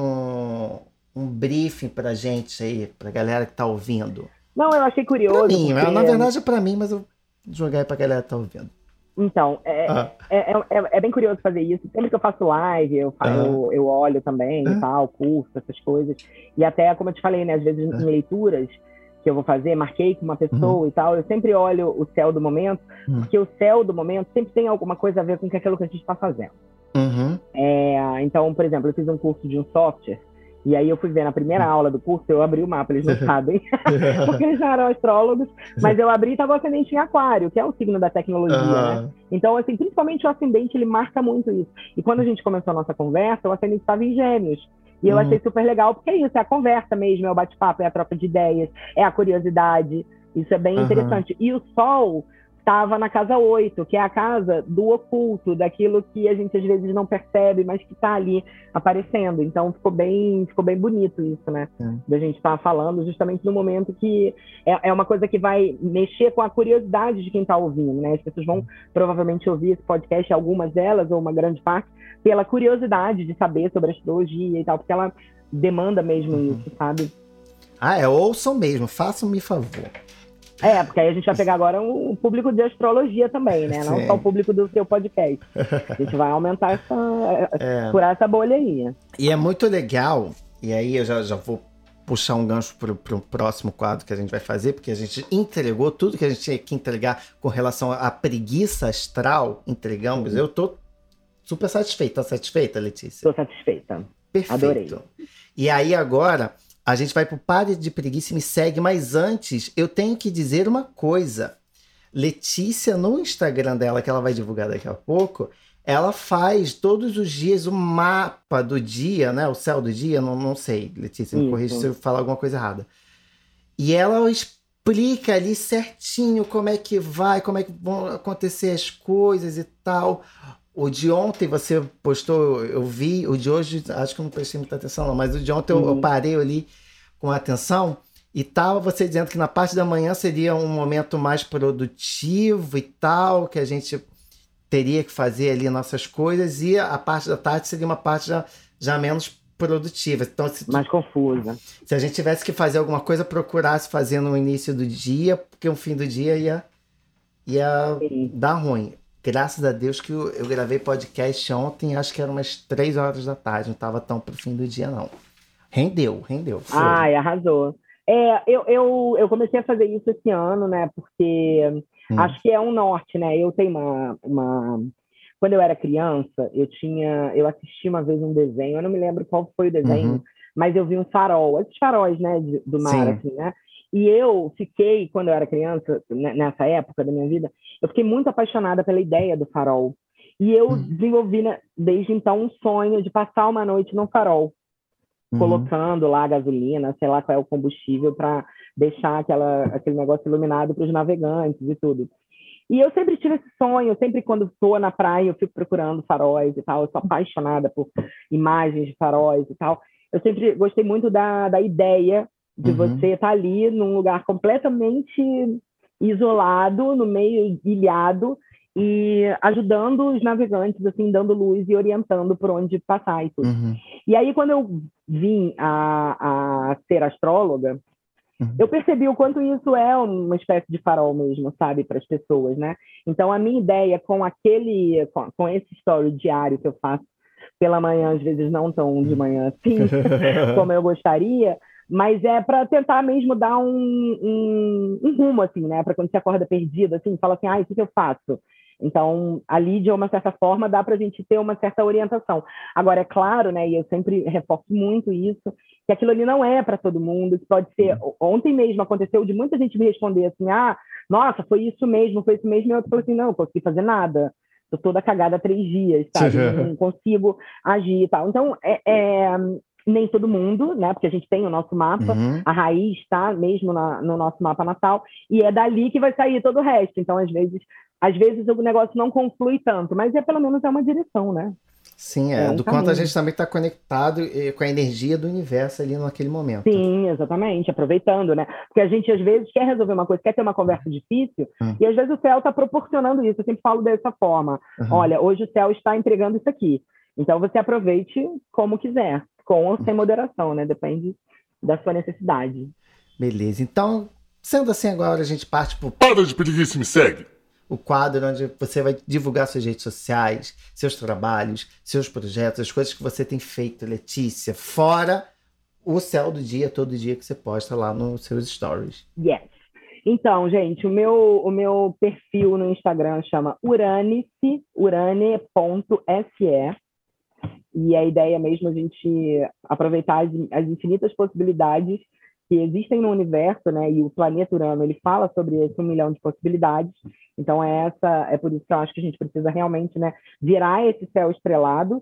um, um briefing pra gente aí, pra galera que tá ouvindo. Não, eu achei Pra curioso, mim, porque. na verdade é pra mim, mas eu joguei pra galera que tá ouvindo. Então, é, Ah, é, é, é bem curioso fazer isso. Sempre que eu faço live, eu, fa- ah, eu, eu olho também e ah, tal, curso, essas coisas. E até, como eu te falei, né, às vezes em ah, leituras que eu vou fazer, marquei com uma uhum, pessoa e tal, eu sempre olho o céu do momento, uhum, porque o céu do momento sempre tem alguma coisa a ver com aquilo que a gente está fazendo. uhum, É, então, por exemplo, eu fiz um curso de um software, e aí eu fui ver na primeira aula do curso, eu abri o mapa, eles não sabem, porque eles já eram astrólogos, mas eu abri e estava o ascendente em aquário, que é o signo da tecnologia, né? ah, Então, assim, principalmente o ascendente, ele marca muito isso. E quando a gente começou a nossa conversa, o ascendente estava em gêmeos. E eu uhum, achei super legal, porque é isso, é a conversa mesmo, é o bate-papo, é a troca de ideias, é a curiosidade. Isso é bem aham, interessante. E o Sol estava na casa oito, que é a casa do oculto, daquilo que a gente às vezes não percebe, mas que está ali aparecendo. Então ficou bem, ficou bem bonito isso, né? é, Da gente estar tá falando justamente no momento que é, é uma coisa que vai mexer com a curiosidade de quem está ouvindo, né? As pessoas vão provavelmente ouvir esse podcast, algumas delas, ou uma grande parte, pela curiosidade de saber sobre astrologia e tal, porque ela demanda mesmo uhum. isso, sabe? Ah, é, ouçam mesmo, façam-me favor. É, porque aí a gente vai pegar agora o público de astrologia também, né? Não só o Sim. público do seu podcast. A gente vai aumentar essa. É, furar essa bolha aí. e é muito legal, e aí eu já, já vou puxar um gancho pro, pro próximo quadro que a gente vai fazer, porque a gente entregou tudo que a gente tinha que entregar com relação à preguiça astral, entregamos. Sim. Eu tô super satisfeita. Tá satisfeita, Letícia? Tô satisfeita. Perfeito. Adorei. E aí agora a gente vai pro Pare de Preguiça e Me Segue, mas antes eu tenho que dizer uma coisa. Letícia, no Instagram dela, que ela vai divulgar daqui a pouco, ela faz todos os dias o mapa do dia, né? O céu do dia, não, não sei, Letícia, me corrija se Isso. eu falar alguma coisa errada. E ela explica ali certinho como é que vai, como é que vão acontecer as coisas e tal. O de ontem você postou, eu vi, o de hoje acho que eu não prestei muita atenção não, mas o de ontem eu, eu Uhum. parei ali com atenção e tava você dizendo que na parte da manhã seria um momento mais produtivo e tal, que a gente teria que fazer ali nossas coisas e a parte da tarde seria uma parte já, já menos produtiva. Então, se, tu, Mais confusa. se a gente tivesse que fazer alguma coisa, procurasse fazer no início do dia, porque o fim do dia ia, ia Sim. dar ruim. Graças a Deus que eu, eu gravei podcast ontem, acho que era umas três horas da tarde, não estava tão pro fim do dia, não. Rendeu, rendeu, foi. Ai, arrasou. É, eu, eu, eu comecei a fazer isso esse ano, né? Porque Hum. acho que é um norte, né? Eu tenho uma, uma. Quando eu era criança, eu tinha. Eu assisti uma vez um desenho, eu não me lembro qual foi o desenho, Uhum. mas eu vi um farol, esses faróis, né, de- do mar, Sim. assim, né? E eu fiquei, quando eu era criança, né, nessa época da minha vida, eu fiquei muito apaixonada pela ideia do farol. E eu Hum. desenvolvi, né, desde então, um sonho de passar uma noite num farol. uhum. colocando lá a gasolina, sei lá qual é o combustível, para deixar aquela, aquele negócio iluminado para os navegantes e tudo. E eu sempre tive esse sonho, sempre quando estou na praia, eu fico procurando faróis e tal, eu sou apaixonada por imagens de faróis e tal. Eu sempre gostei muito da, da ideia de uhum. você estar ali num lugar completamente isolado, no meio ilhado, e ajudando os navegantes, assim, dando luz e orientando por onde passar e tudo. Uhum. E aí, quando eu vim a, a ser astróloga, uhum. eu percebi o quanto isso é uma espécie de farol mesmo, sabe, para as pessoas, né? Então, a minha ideia com aquele, com, com esse story diário que eu faço pela manhã, às vezes não tão de manhã assim, como eu gostaria, mas é para tentar mesmo dar um, um, um rumo, assim, né? Para quando você acorda perdido, assim, fala assim, ah, o que, que eu faço? Então, ali, de uma certa forma, dá para a gente ter uma certa orientação. Agora, é claro, né, e eu sempre reforço muito isso, que aquilo ali não é para todo mundo, que pode ser... Ontem mesmo aconteceu de muita gente me responder assim, ah, nossa, foi isso mesmo, foi isso mesmo, e eu falei assim, não, não consegui fazer nada. Estou toda cagada há três dias, sabe? Não consigo agir e tal. Então, é, é, nem todo mundo, né? Porque a gente tem o nosso mapa, uhum. a raiz está mesmo na, no nosso mapa natal, e é dali que vai sair todo o resto. Então, às vezes, às vezes o negócio não conflui tanto, mas é pelo menos é uma direção, né? Sim, é, é um do caminho. Quanto a gente também está conectado com a energia do universo ali naquele momento. Sim, exatamente, aproveitando, né? Porque a gente às vezes quer resolver uma coisa, quer ter uma conversa difícil, hum. e às vezes o céu está proporcionando isso. Eu sempre falo dessa forma. Uhum. Olha, hoje o céu está entregando isso aqui. Então você aproveite como quiser, com ou sem moderação, né? Depende da sua necessidade. Beleza, então, sendo assim agora, a gente parte pro... Para de preguiça e me segue! O quadro onde você vai divulgar suas redes sociais, seus trabalhos, seus projetos, as coisas que você tem feito, Letícia, fora o céu do dia, todo dia que você posta lá nos seus stories. Yes. Então, gente, o meu, o meu perfil no Instagram chama uranice, urane ponto se, e a ideia mesmo é a gente aproveitar as, as infinitas possibilidades que existem no universo, né? E o planeta Urano, ele fala sobre esse um milhão de possibilidades. Então, é, essa, é por isso que eu acho que a gente precisa realmente, né, virar esse céu estrelado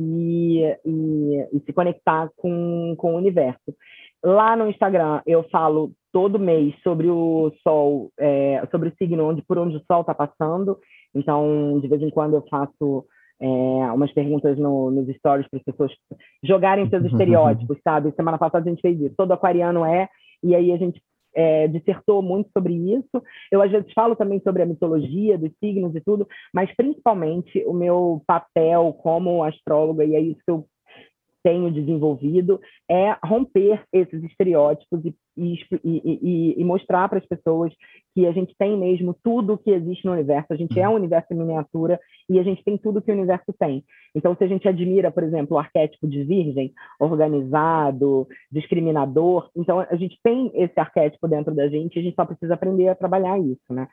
e, e, e se conectar com, com o universo. Lá no Instagram, eu falo todo mês sobre o Sol, é, sobre o signo onde, por onde o Sol está passando. Então, de vez em quando eu faço é, umas perguntas no, nos stories para as pessoas jogarem seus estereótipos, sabe? Semana passada a gente fez isso. Todo aquariano é, e aí a gente É, dissertou muito sobre isso. Eu, às vezes, falo também sobre a mitologia dos signos e tudo, mas, principalmente, o meu papel como astróloga, e é isso que eu tenho desenvolvido, é romper esses estereótipos e, e, e, e mostrar para as pessoas que a gente tem mesmo tudo que existe no universo. A gente é um universo em miniatura e a gente tem tudo que o universo tem. Então, se a gente admira, por exemplo, o arquétipo de virgem, organizado, discriminador, então a gente tem esse arquétipo dentro da gente e a gente só precisa aprender a trabalhar isso, né?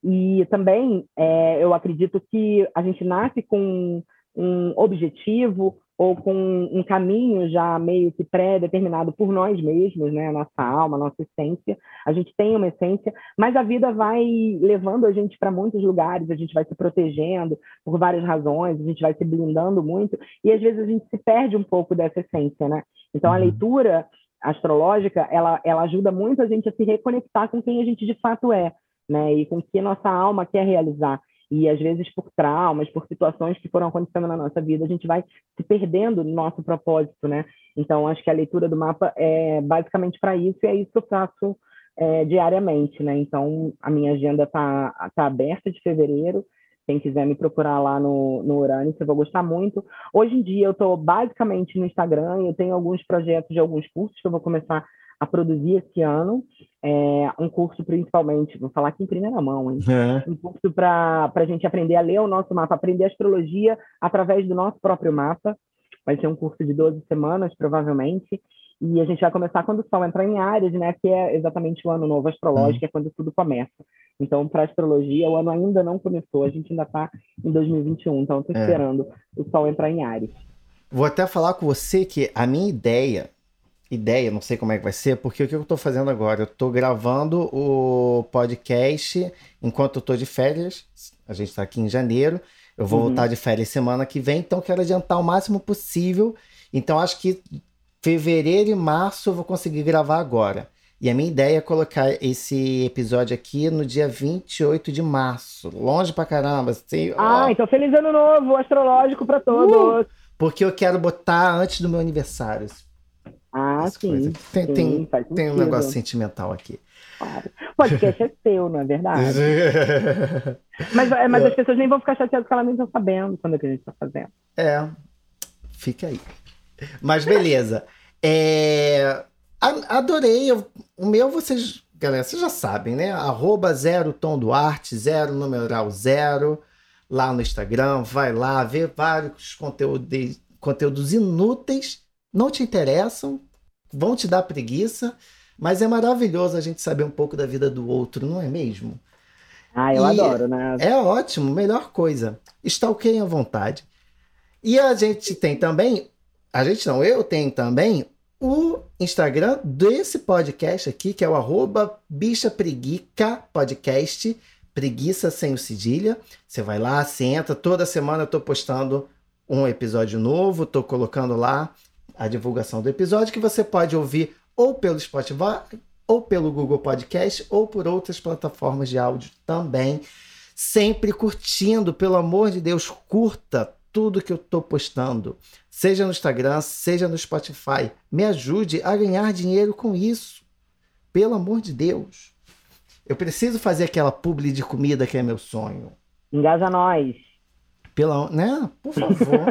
E também, é, eu acredito que a gente nasce com um objetivo ou com um caminho já meio que pré-determinado por nós mesmos, né? A nossa alma, a nossa essência. A gente tem uma essência, mas a vida vai levando a gente para muitos lugares, a gente vai se protegendo por várias razões, a gente vai se blindando muito, e às vezes a gente se perde um pouco dessa essência, né? Então, a leitura astrológica, ela, ela ajuda muito a gente a se reconectar com quem a gente de fato é, né? E com o que a nossa alma quer realizar. E, às vezes, por traumas, por situações que foram acontecendo na nossa vida, a gente vai se perdendo no nosso propósito, né? Então, acho que a leitura do mapa é basicamente para isso, e é isso que eu faço é, diariamente, né? Então, a minha agenda está tá aberta de fevereiro. Quem quiser me procurar lá no, no Uranice, eu vou gostar muito. Hoje em dia, eu estou basicamente no Instagram, e eu tenho alguns projetos de alguns cursos que eu vou começar a produzir esse ano, é, um curso principalmente, vou falar aqui em primeira mão, hein? É. Um curso para a gente aprender a ler o nosso mapa, aprender astrologia através do nosso próprio mapa. Vai ser um curso de doze semanas, provavelmente, e a gente vai começar quando o Sol entrar em Áries, né? Que é exatamente o ano novo astrológico, hum. é quando tudo começa. Então, para astrologia, o ano ainda não começou, a gente ainda está em dois mil e vinte e um, então estou é. esperando o Sol entrar em Áries. Vou até falar com você que a minha ideia ideia, não sei como é que vai ser, porque o que eu tô fazendo agora? Eu tô gravando o podcast enquanto eu tô de férias, a gente tá aqui em janeiro, eu vou uhum. voltar de férias semana que vem, então quero adiantar o máximo possível, então acho que fevereiro e março eu vou conseguir gravar agora. E a minha ideia é colocar esse episódio aqui no dia vinte e oito de março. Longe pra caramba. Assim, ah, ó. então feliz ano novo astrológico pra todos. Uh, porque eu quero botar antes do meu aniversário. Ah, Essa sim. coisa. Tem, sim, tem, faz tem um sentido. negócio sentimental aqui. Claro. Podcast é seu, não é verdade? mas mas Eu- as pessoas nem vão ficar chateadas porque elas nem estão sabendo quando é que a gente tá fazendo. É, fica aí. Mas beleza. É, a- adorei. eu- O meu, vocês, galera, vocês já sabem, né? Arroba zero Tom Duarte, zero numeral zero, lá no Instagram. Vai lá, vê vários conteúdos, conteúdos inúteis, não te interessam, vão te dar preguiça, mas é maravilhoso a gente saber um pouco da vida do outro, não é mesmo? Ah, eu E adoro, né? É ótimo, melhor coisa. Stalkeiem à vontade. E a gente tem também, a gente não, eu tenho também o Instagram desse podcast aqui, que é o arroba Bicha Preguica Podcast, preguiça sem o cedilha. Você vai lá, senta, toda semana eu tô postando um episódio novo, tô colocando lá a divulgação do episódio, que você pode ouvir ou pelo Spotify, ou pelo Google Podcast, ou por outras plataformas de áudio também. Sempre curtindo, pelo amor de Deus, curta tudo que eu tô postando. Seja no Instagram, seja no Spotify. Me ajude a ganhar dinheiro com isso. Pelo amor de Deus. Eu preciso fazer aquela publi de comida que é meu sonho. Engaja nós. Pela, né? Por favor.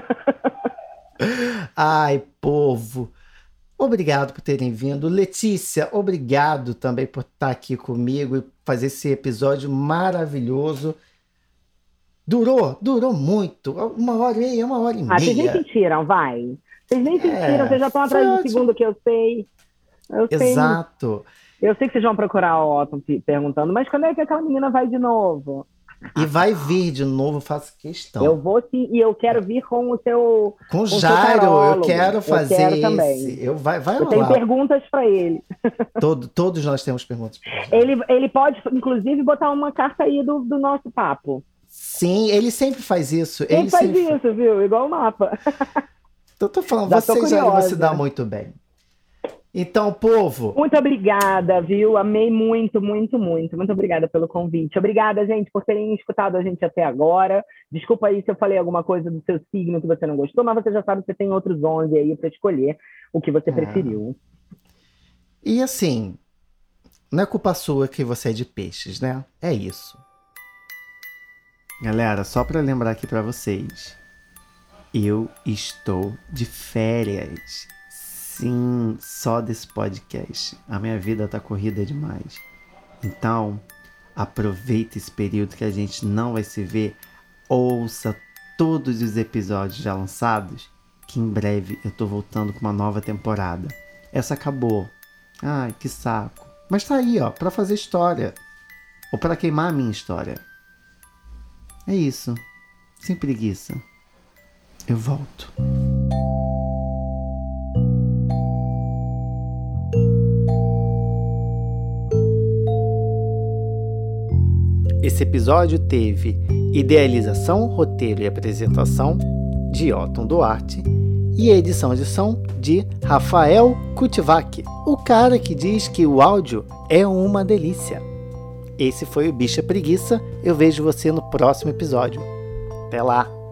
Ai, povo. Obrigado por terem vindo. Letícia, obrigado também por estar aqui comigo e fazer esse episódio maravilhoso. Durou, durou muito. Uma hora e meia, uma hora e Ah, vocês nem meia. sentiram, vai. Vocês nem É, sentiram, vocês já estão atrás foi do ótimo. segundo que eu sei. Eu sei. Exato. Eu sei que vocês vão procurar o Otton pe- perguntando, mas quando é que aquela menina vai de novo? E vai vir de novo, faço questão. Eu vou sim, e eu quero vir com o seu. Com o seu Jairo, eu tarólogo. quero Eu fazer quero também. esse. Eu, vai vai Eu tenho rolar. perguntas para ele. Todo, todos nós temos perguntas. pra Jairo. ele. Ele pode, inclusive, botar uma carta aí do, do nosso papo. Sim, ele sempre faz isso. Ele, Ele faz sempre... isso, viu? Igual o mapa. Eu tô falando, Já tô você, Jairo, curiosa. você dá muito bem. Então, povo, Muito obrigada, viu? Amei muito, muito, muito. Muito obrigada pelo convite. Obrigada, gente, por terem escutado a gente até agora. Desculpa aí se eu falei alguma coisa do seu signo que você não gostou, mas você já sabe que você tem outros onze aí para escolher o que você Ah. preferiu. e assim, não é culpa sua que você é de peixes, né? É isso. Galera, só pra lembrar aqui pra vocês, eu estou de férias. Sim, só desse podcast. A minha vida tá corrida demais. Então, aproveita esse período que a gente não vai se ver. Ouça todos os episódios já lançados, que em breve eu tô voltando com uma nova temporada. Essa acabou. Ai, que saco. Mas tá aí, ó, pra fazer história. Ou pra queimar a minha história. É isso. Sem preguiça. Eu volto. Esse episódio teve idealização, roteiro e apresentação de Otton Duarte e edição de som de Rafael Kutivac, o cara que diz que o áudio é uma delícia. Esse foi o Bicha Preguiça. Eu vejo você no próximo episódio. Até lá!